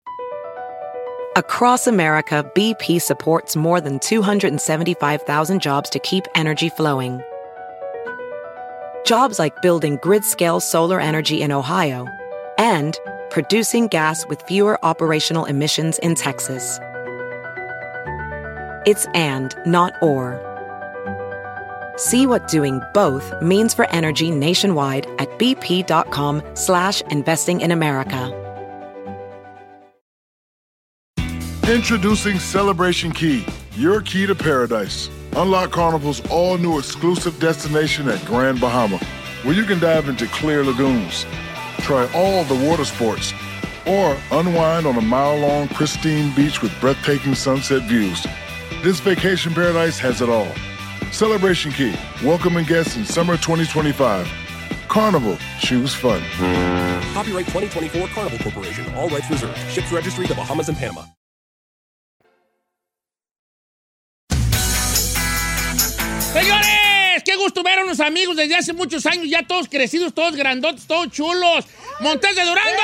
Across America, BP supports more than 275,000 jobs to keep energy flowing. Jobs like building grid-scale solar energy in Ohio and producing gas with fewer operational emissions in Texas. It's and, not or. See what doing both means for energy nationwide at bp.com/investing in America. Introducing Celebration Key, your key to paradise. Unlock Carnival's all-new exclusive destination at Grand Bahama, where you can dive into clear lagoons, try all the water sports, or unwind on a mile-long pristine beach with breathtaking sunset views. This vacation paradise has it all. Celebration Key, welcoming guests in summer 2025. Carnival, choose fun. Copyright 2024 Carnival Corporation. All rights reserved. Ships registry the Bahamas and Panama. Señores, qué gusto ver a unos amigos desde hace muchos años, ya todos crecidos, todos grandotes, todos chulos. Montes de Durango.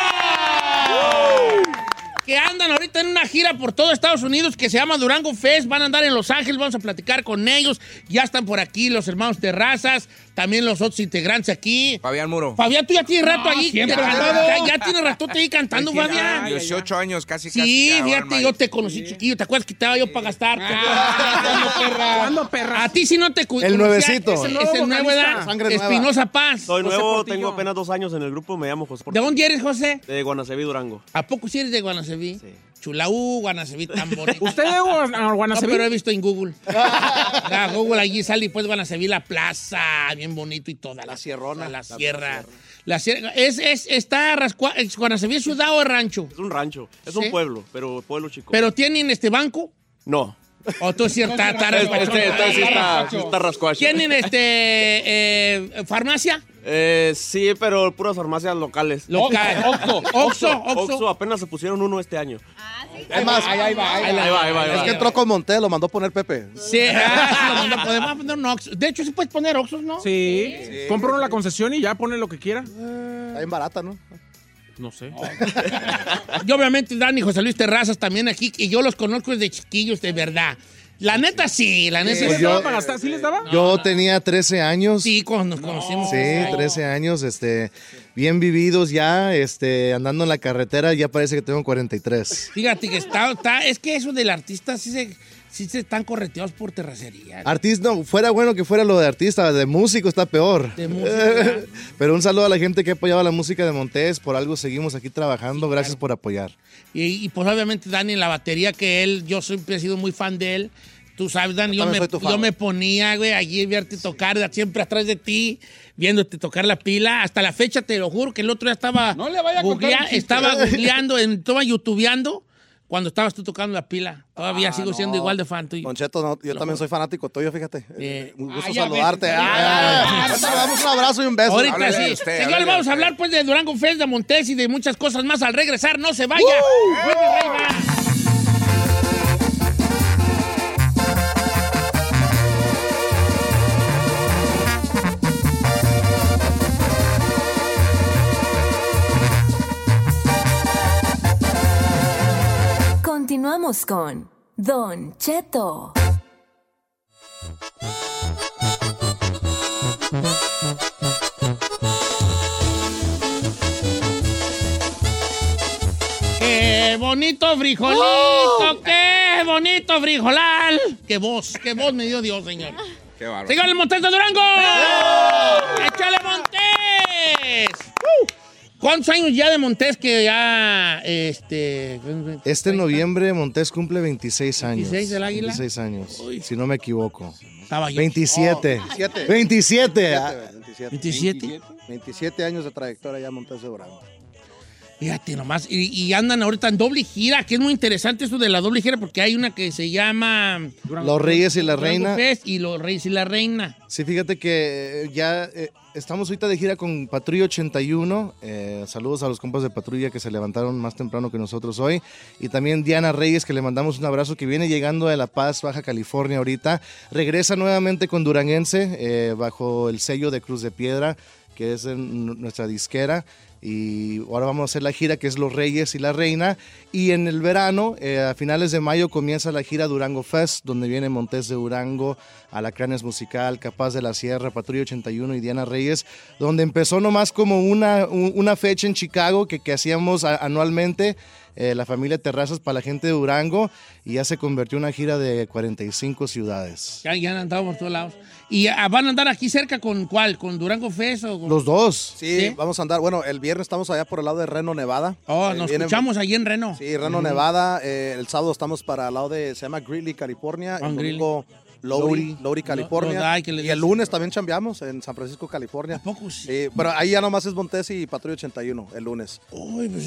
Que andan ahorita en una gira por todo Estados Unidos que se llama Durango Fest. Van a andar en Los Ángeles, vamos a platicar con ellos. Ya están por aquí los hermanos Terrazas, también los otros integrantes aquí. Fabián Muro. Fabián, tú ya tienes rato ahí. siempre Ya tienes ratote ahí cantando, Fabián. 18 años, casi. Sí, ya, fíjate, yo te conocí chiquillo. ¿Te acuerdas que te daba yo para gastar? ¿Cuándo, perra? A ti sí no te El nuevecito. Es el nuevo, ¿verdad? Sangre nueva. Espinosa Paz. Soy José nuevo, Portillo. tengo apenas 2 años en el grupo, me llamo José ¿De dónde eres, José? De Guanaceví, Durango. ¿A poco sí eres de Guanaceví? Sí. Chulaú, Guanaceví, tan bonito. ¿Usted de Guanaceví? No, pero he visto en Google. Google allí sale y pues Guanaceví, la plaza, bien bonito y toda. La sierrona. La sierra. La sierra. ¿Guanaceví es ciudad o es rancho? Es un rancho, es ¿Sí? un pueblo, pero pueblo chico. ¿Pero tienen banco? No. ¿O tú sí está está rascuacho. ¿Tienen farmacia? Sí, pero puras farmacias locales. Oxxo. Apenas se pusieron uno este año. Es más, ahí va. Es que entró con Monté, lo mandó poner Pepe. Sí, podemos poner un Oxxo. De hecho, sí puedes poner Oxxos, ¿no? Sí. Compra uno la concesión y ya pone lo que quiera. Está bien barata, ¿no? No sé. Y obviamente Dani y José Luis Terrazas también aquí, y yo los conozco desde chiquillos, de verdad. La neta sí, la neta Pues sí. yo- ¿Para gastar? ¿Sí les daba? Yo tenía 13 años. Sí, nos conocimos. Sí, 13 años, bien vividos ya, andando en la carretera, ya parece que tengo 43. Fíjate que es que eso del artista sí se están correteados por terracería. Artista, no, fuera bueno que fuera lo de artista, de músico está peor. De música. Pero un saludo a la gente que ha apoyado la música de Montés, por algo seguimos aquí trabajando, gracias por apoyar. Y pues obviamente Dani en la batería, que yo siempre he sido muy fan de él. Tú sabes, Dani, yo me ponía, güey, allí verte tocar, siempre atrás de ti, viéndote tocar la pila. Hasta la fecha, te lo juro, que el otro día estaba googleando, estaba youtubeando cuando estabas tú tocando la pila. Todavía sigo siendo igual de fan tuyo. Don Cheto, yo también soy fanático tuyo, fíjate. Un gusto ya saludarte. ves. Te damos un abrazo y un beso. Ahorita sí. Señores, vamos a hablar pues de Durango Fest, de Montés y de muchas cosas más al regresar. ¡No se vaya! Wendy Reyna. Continuamos con Don Cheto. ¡Qué bonito frijolito! ¡Qué bonito frijolal! ¡Qué voz me dio Dios, señor! Qué bárbaro. ¡Síganle Montés de Durango! ¡Échale Montés! ¿Cuántos años ya de Montés que ya, Este noviembre Montés cumple 26 años. ¿26 del Águila? 26 años, si no me equivoco. Estaba yo. 27. Oh, 27. 27 años de trayectoria ya Montés de Durango. Fíjate nomás, y andan ahorita en doble gira, que es muy interesante eso de la doble gira, porque hay una que se llama Los Reyes y la Reina. Fest y Los Reyes y la Reina. Sí, fíjate que ya estamos ahorita de gira con Patrulla 81. Saludos a los compas de Patrulla que se levantaron más temprano que nosotros hoy. Y también Diana Reyes, que le mandamos un abrazo, que viene llegando de La Paz, Baja California ahorita. Regresa nuevamente con Duranguense, bajo el sello de Cruz de Piedra, que es nuestra disquera. Y ahora vamos a hacer la gira que es Los Reyes y la Reina. Y en el verano, a finales de mayo, comienza la gira Durango Fest, donde viene Montés de Durango, Alacranes Musical, Capaz de la Sierra, Patrulla 81 y Diana Reyes, donde empezó nomás como una fecha en Chicago que hacíamos anualmente, la familia Terrazas para la gente de Durango, y ya se convirtió en una gira de 45 ciudades. Ya han andado por todos lados. ¿Y van a andar aquí cerca con cuál? ¿Con Durango Fest o con... Los dos. Sí, vamos a andar. Bueno, el viernes estamos allá por el lado de Reno, Nevada. Nos escuchamos allí en Reno. Sí, Reno, Nevada. El sábado estamos para el lado de, se llama Greeley, California. El domingo Lowry, California. Lodi, que le y el dicen. lunes también chambeamos en San Francisco, California. ¿A poco sí? Sí, pero ahí ya nomás es Montes y Patrulla 81 el lunes. Uy, pues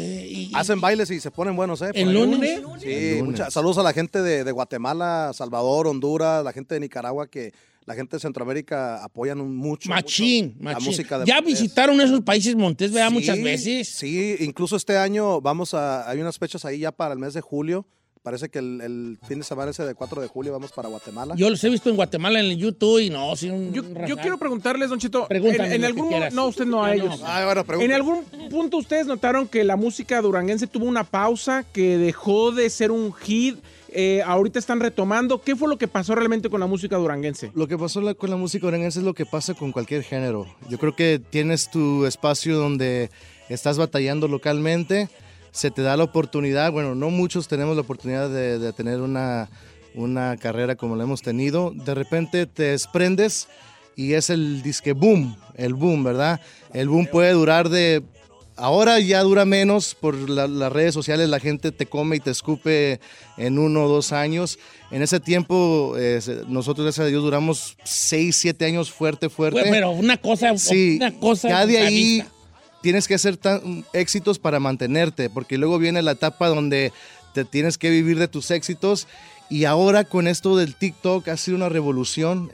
Hacen bailes y se ponen buenos, ¿eh? ¿El lunes? Sí, saludos a la gente de Guatemala, Salvador, Honduras, la gente de Nicaragua, que la gente de Centroamérica apoyan mucho. Machín. La música de ¿Ya Montes. visitaron esos países Montes, verdad, Sí, muchas veces? Sí, incluso este año hay unas fechas ahí ya para el mes de julio. Parece que el fin de semana ese de 4 de julio vamos para Guatemala. Yo los he visto en Guatemala en el YouTube y no, sí, Yo quiero preguntarles, Don Chito, Pregúntame en lo algún que quieras. no, usted no a ellos. Bueno, en algún punto ustedes notaron que la música duranguense tuvo una pausa, que dejó de ser un hit. Ahorita están retomando. ¿Qué fue lo que pasó realmente con la música duranguense? Lo que pasó con la música duranguense es lo que pasa con cualquier género. Yo creo que tienes tu espacio donde estás batallando localmente, se te da la oportunidad, bueno, no muchos tenemos la oportunidad de tener una carrera como la hemos tenido. De repente te desprendes y es el disque boom, el boom, ¿verdad? El boom puede durar ahora ya dura menos por las redes sociales, la gente te come y te escupe en 1 o 2 años. En ese tiempo, nosotros, gracias a Dios, duramos 6, 7 años fuerte. Pero una cosa, ya de ahí tienes que hacer éxitos para mantenerte, porque luego viene la etapa donde te tienes que vivir de tus éxitos. Y ahora con esto del TikTok ha sido una revolución,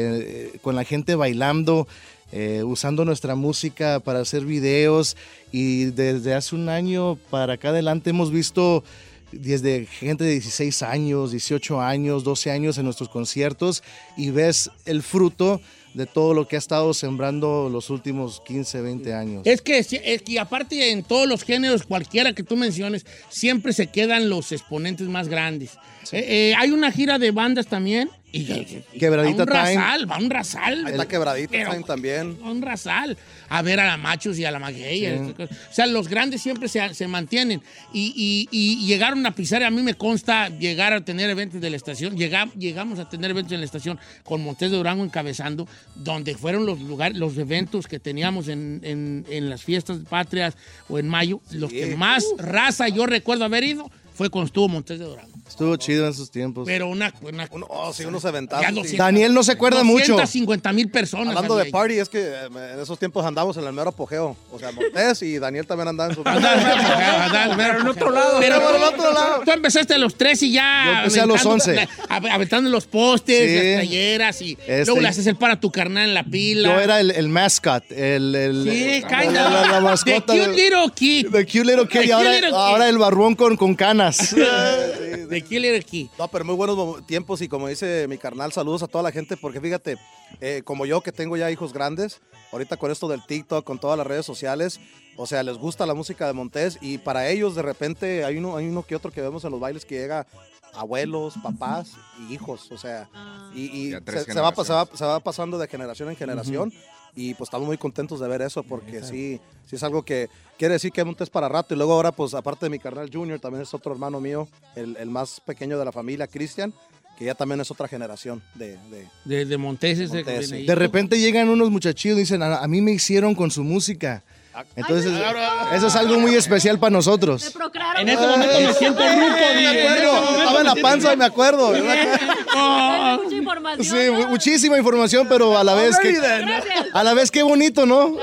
con la gente bailando, usando nuestra música para hacer videos, y desde hace un año para acá adelante hemos visto desde gente de 16 años, 18 años, 12 años en nuestros conciertos, y ves el fruto de todo lo que ha estado sembrando los últimos 15, 20 años. Es que aparte en todos los géneros, cualquiera que tú menciones, siempre se quedan los exponentes más grandes. Sí. Hay una gira de bandas también. Quebradita Time. Va un rasal. Ahí está Quebradita Time también. Un rasal. A ver a la Machos y a la Maguey. Sí. O sea, los grandes siempre se mantienen. Y llegaron a pisar, a mí me consta llegar a tener eventos de la estación. Llegamos a tener eventos en la estación con Montes de Durango encabezando, donde fueron los eventos que teníamos en las fiestas patrias o en mayo. Los que más raza yo recuerdo haber ido fue cuando estuvo Montes de Durango. Estuvo chido en esos tiempos. Pero unos aventados. Daniel no se acuerda mucho. 250,000 personas. Hablando de party, es que en esos tiempos andamos en el mero apogeo. O sea, Montes y Daniel también andaban en su pero en otro lado. Pero en otro lado. Tú empezaste a los 3 y ya. Yo empecé a los 11. Aventando los postes, las playeras y luego le haces el para tu carnal en la pila. Yo era el mascot. La mascota. The cute little kid. The cute little kid. Y ahora el barbón con canas. De Killer aquí. No, pero muy buenos tiempos, y como dice mi carnal, saludos a toda la gente, porque fíjate, como yo que tengo ya hijos grandes, ahorita con esto del TikTok, con todas las redes sociales, o sea, les gusta la música de Montes, y para ellos de repente hay uno que otro que vemos en los bailes que llega abuelos, papás y hijos, o sea, y se va pasando de generación en generación. Y pues estamos muy contentos de ver eso, porque sí es algo que quiere decir que Montes para rato. Y luego ahora, pues aparte de mi carnal Junior, también es otro hermano mío, el más pequeño de la familia, Cristian, que ya también es otra generación de Montes. De repente llegan unos muchachillos y dicen, a mí me hicieron con su música. Entonces, eso es algo muy especial para nosotros. En este momento me siento rico. Estaba en la panza y me acuerdo. Mucha información. Sí, muchísima información, pero a la vez qué bonito, ¿no?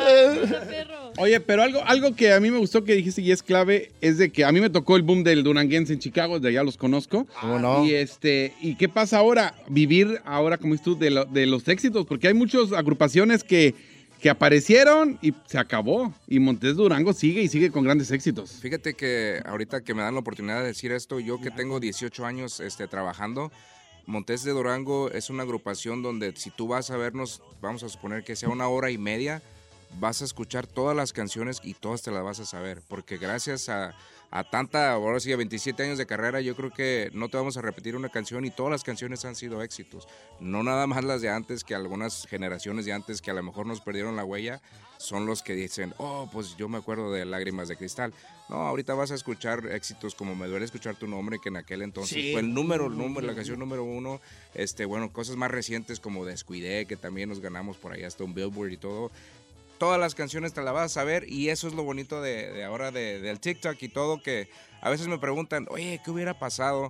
Oye, pero algo que a mí me gustó que dijiste y es clave es de que a mí me tocó el boom del duranguense en Chicago, de allá los conozco. ¿Cómo no? ¿Y qué pasa ahora? Vivir ahora, como dices tú, de los éxitos, porque hay muchas agrupaciones que aparecieron y se acabó. Y Montes de Durango sigue y sigue con grandes éxitos. Fíjate que ahorita que me dan la oportunidad de decir esto, yo que tengo 18 años trabajando, Montes de Durango es una agrupación donde si tú vas a vernos, vamos a suponer que sea 1 hora y media, vas a escuchar todas las canciones y todas te las vas a saber, porque gracias a ahora sí, a 27 años de carrera, yo creo que no te vamos a repetir una canción y todas las canciones han sido éxitos. No nada más las de antes, que algunas generaciones de antes que a lo mejor nos perdieron la huella, son los que dicen, pues yo me acuerdo de Lágrimas de Cristal. No, ahorita vas a escuchar éxitos como Me duele escuchar tu nombre, que en aquel entonces fue la canción número 1. Cosas más recientes como Descuidé, que también nos ganamos por ahí hasta un Billboard y todo. Todas las canciones te las vas a saber, y eso es lo bonito de ahora del TikTok y todo, que a veces me preguntan, oye, ¿qué hubiera pasado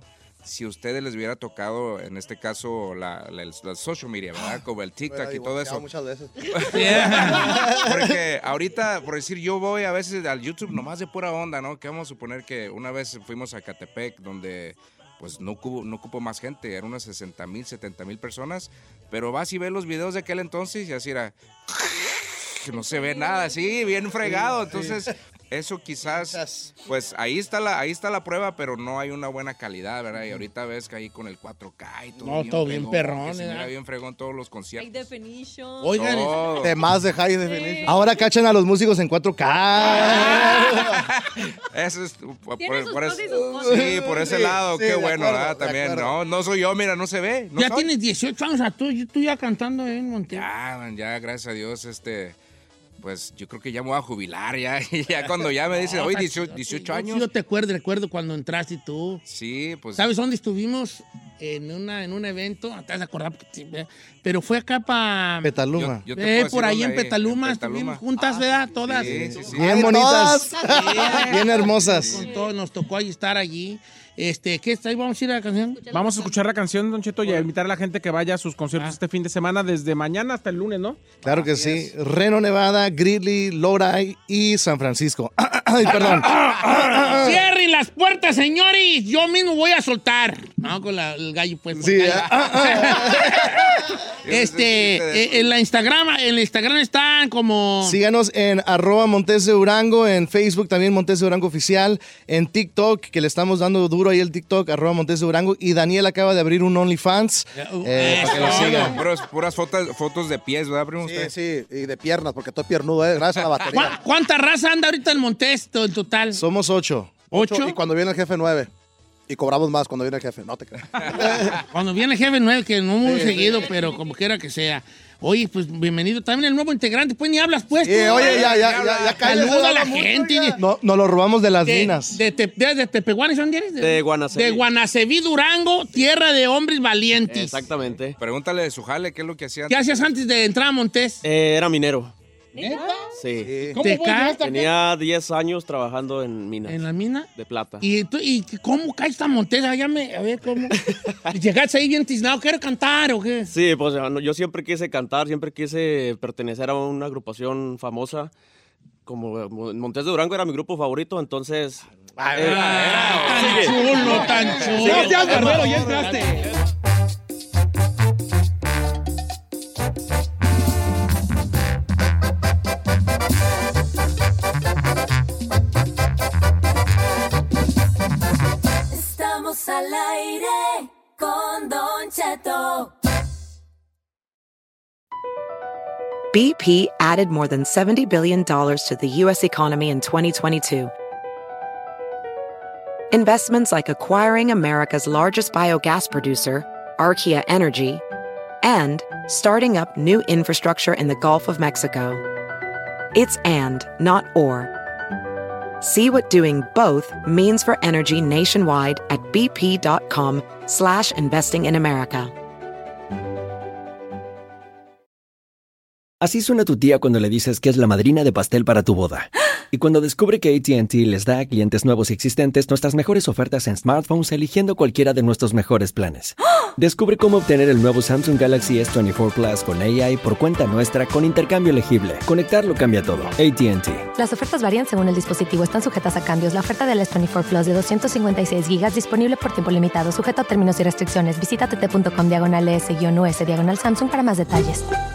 si a ustedes les hubiera tocado, en este caso, la social media, ¿verdad? Como el TikTok y todo eso. Muchas veces. Porque ahorita, por decir, yo voy a veces al YouTube nomás de pura onda, ¿no? Que vamos a suponer que una vez fuimos a Catepec, donde pues no cupo más gente, eran unas 60,000, 70,000 personas, pero vas y ves los videos de aquel entonces y así era, que no se ve nada, sí, bien fregado, entonces... Eso quizás, pues ahí está la prueba, pero no hay una buena calidad, ¿verdad? Y ahorita ves que ahí con el 4K y todo. No, todo bien perrón, se mira bien fregón todos los conciertos. High definition. Oigan, de más de high definition. Ahora cachan a los músicos en 4K. Eso es por ese lado, qué bueno, ¿verdad? También, no soy yo, mira, no se ve. Ya tienes 18 años, tú ya cantando en Monterrey. Ya, gracias a Dios, pues yo creo que ya me voy a jubilar, ya cuando ya me dicen, oye, 18 años. Yo te recuerdo cuando entraste tú. Sí, pues. ¿Sabes dónde estuvimos? En un evento, te vas a acordar, pero fue acá para... Petaluma. Por ahí en Petaluma, estuvimos juntas, ¿verdad? Todas. Sí. Bien bonitas, bien hermosas. Con todos, nos tocó ahí estar allí. ¿Qué está ahí? ¿Vamos a ir a la canción? Vamos a escuchar la canción, Don Cheto, y a invitar a la gente que vaya a sus conciertos este fin de semana, desde mañana hasta el lunes, ¿no? Claro que sí. Reno, Nevada, Greeley, Lodi y San Francisco. Ay, perdón. ¡Cierren las puertas, señores! Yo mismo voy a soltar. No, con el gallo, pues. Sí, en la Instagram están como... Síganos en @Montes de Durango, en Facebook también Montes de Durango Oficial, en TikTok, que le estamos dando duro ahí el TikTok, @Montes de Durango, y Daniel acaba de abrir un OnlyFans para que lo sigan. Puras fotos de pies, ¿verdad, primo? Sí, y de piernas, porque estoy piernudo, gracias a la batería. ¿Cuánta raza anda ahorita en Montes en total? Somos 8. 8 y cuando viene el jefe 9. Y cobramos más cuando viene el jefe, no te creas. Cuando viene el jefe 9, que no muy seguido, pero como quiera que sea. Oye, pues bienvenido también el nuevo integrante. Pues ni hablas, pues. Oye, ya saluda a la gente. No, nos lo robamos de las minas. ¿De Tepehuanes son eres? De Guanaceví. De Guanaceví, Durango, tierra de hombres valientes. Exactamente. Pregúntale de su jale, ¿qué es lo que hacía? ¿Qué hacías antes de entrar a Montes? Era minero. ¿Neta? Sí. Tenía 10 años trabajando en minas. ¿En la mina? De plata. ¿Y cómo caíste a Montes? A ver, ¿cómo? ¿Llegaste ahí bien tiznado? ¿Quieres cantar o qué? Sí, pues yo siempre quise cantar, siempre quise pertenecer a una agrupación famosa. Como Montes de Durango era mi grupo favorito, entonces... tan chulo. No seas barbero, ya entraste. Estamos al aire con Don Cheto. BP added more than $70 billion to the U.S. economy in 2022. Investments like acquiring America's largest biogas producer, Archaea Energy, and starting up new infrastructure in the Gulf of Mexico. It's and, not or. See what doing both means for energy nationwide at bp.com/investing in America. Así suena tu tía cuando le dices que es la madrina de pastel para tu boda. Y cuando descubre que AT&T les da a clientes nuevos y existentes nuestras mejores ofertas en smartphones eligiendo cualquiera de nuestros mejores planes. Descubre cómo obtener el nuevo Samsung Galaxy S24 Plus con AI por cuenta nuestra con intercambio elegible. Conectarlo cambia todo. AT&T. Las ofertas varían según el dispositivo. Están sujetas a cambios. La oferta del S24 Plus de 256 GB disponible por tiempo limitado. Sujeto a términos y restricciones. Visita tt.com/S-US/Samsung para más detalles.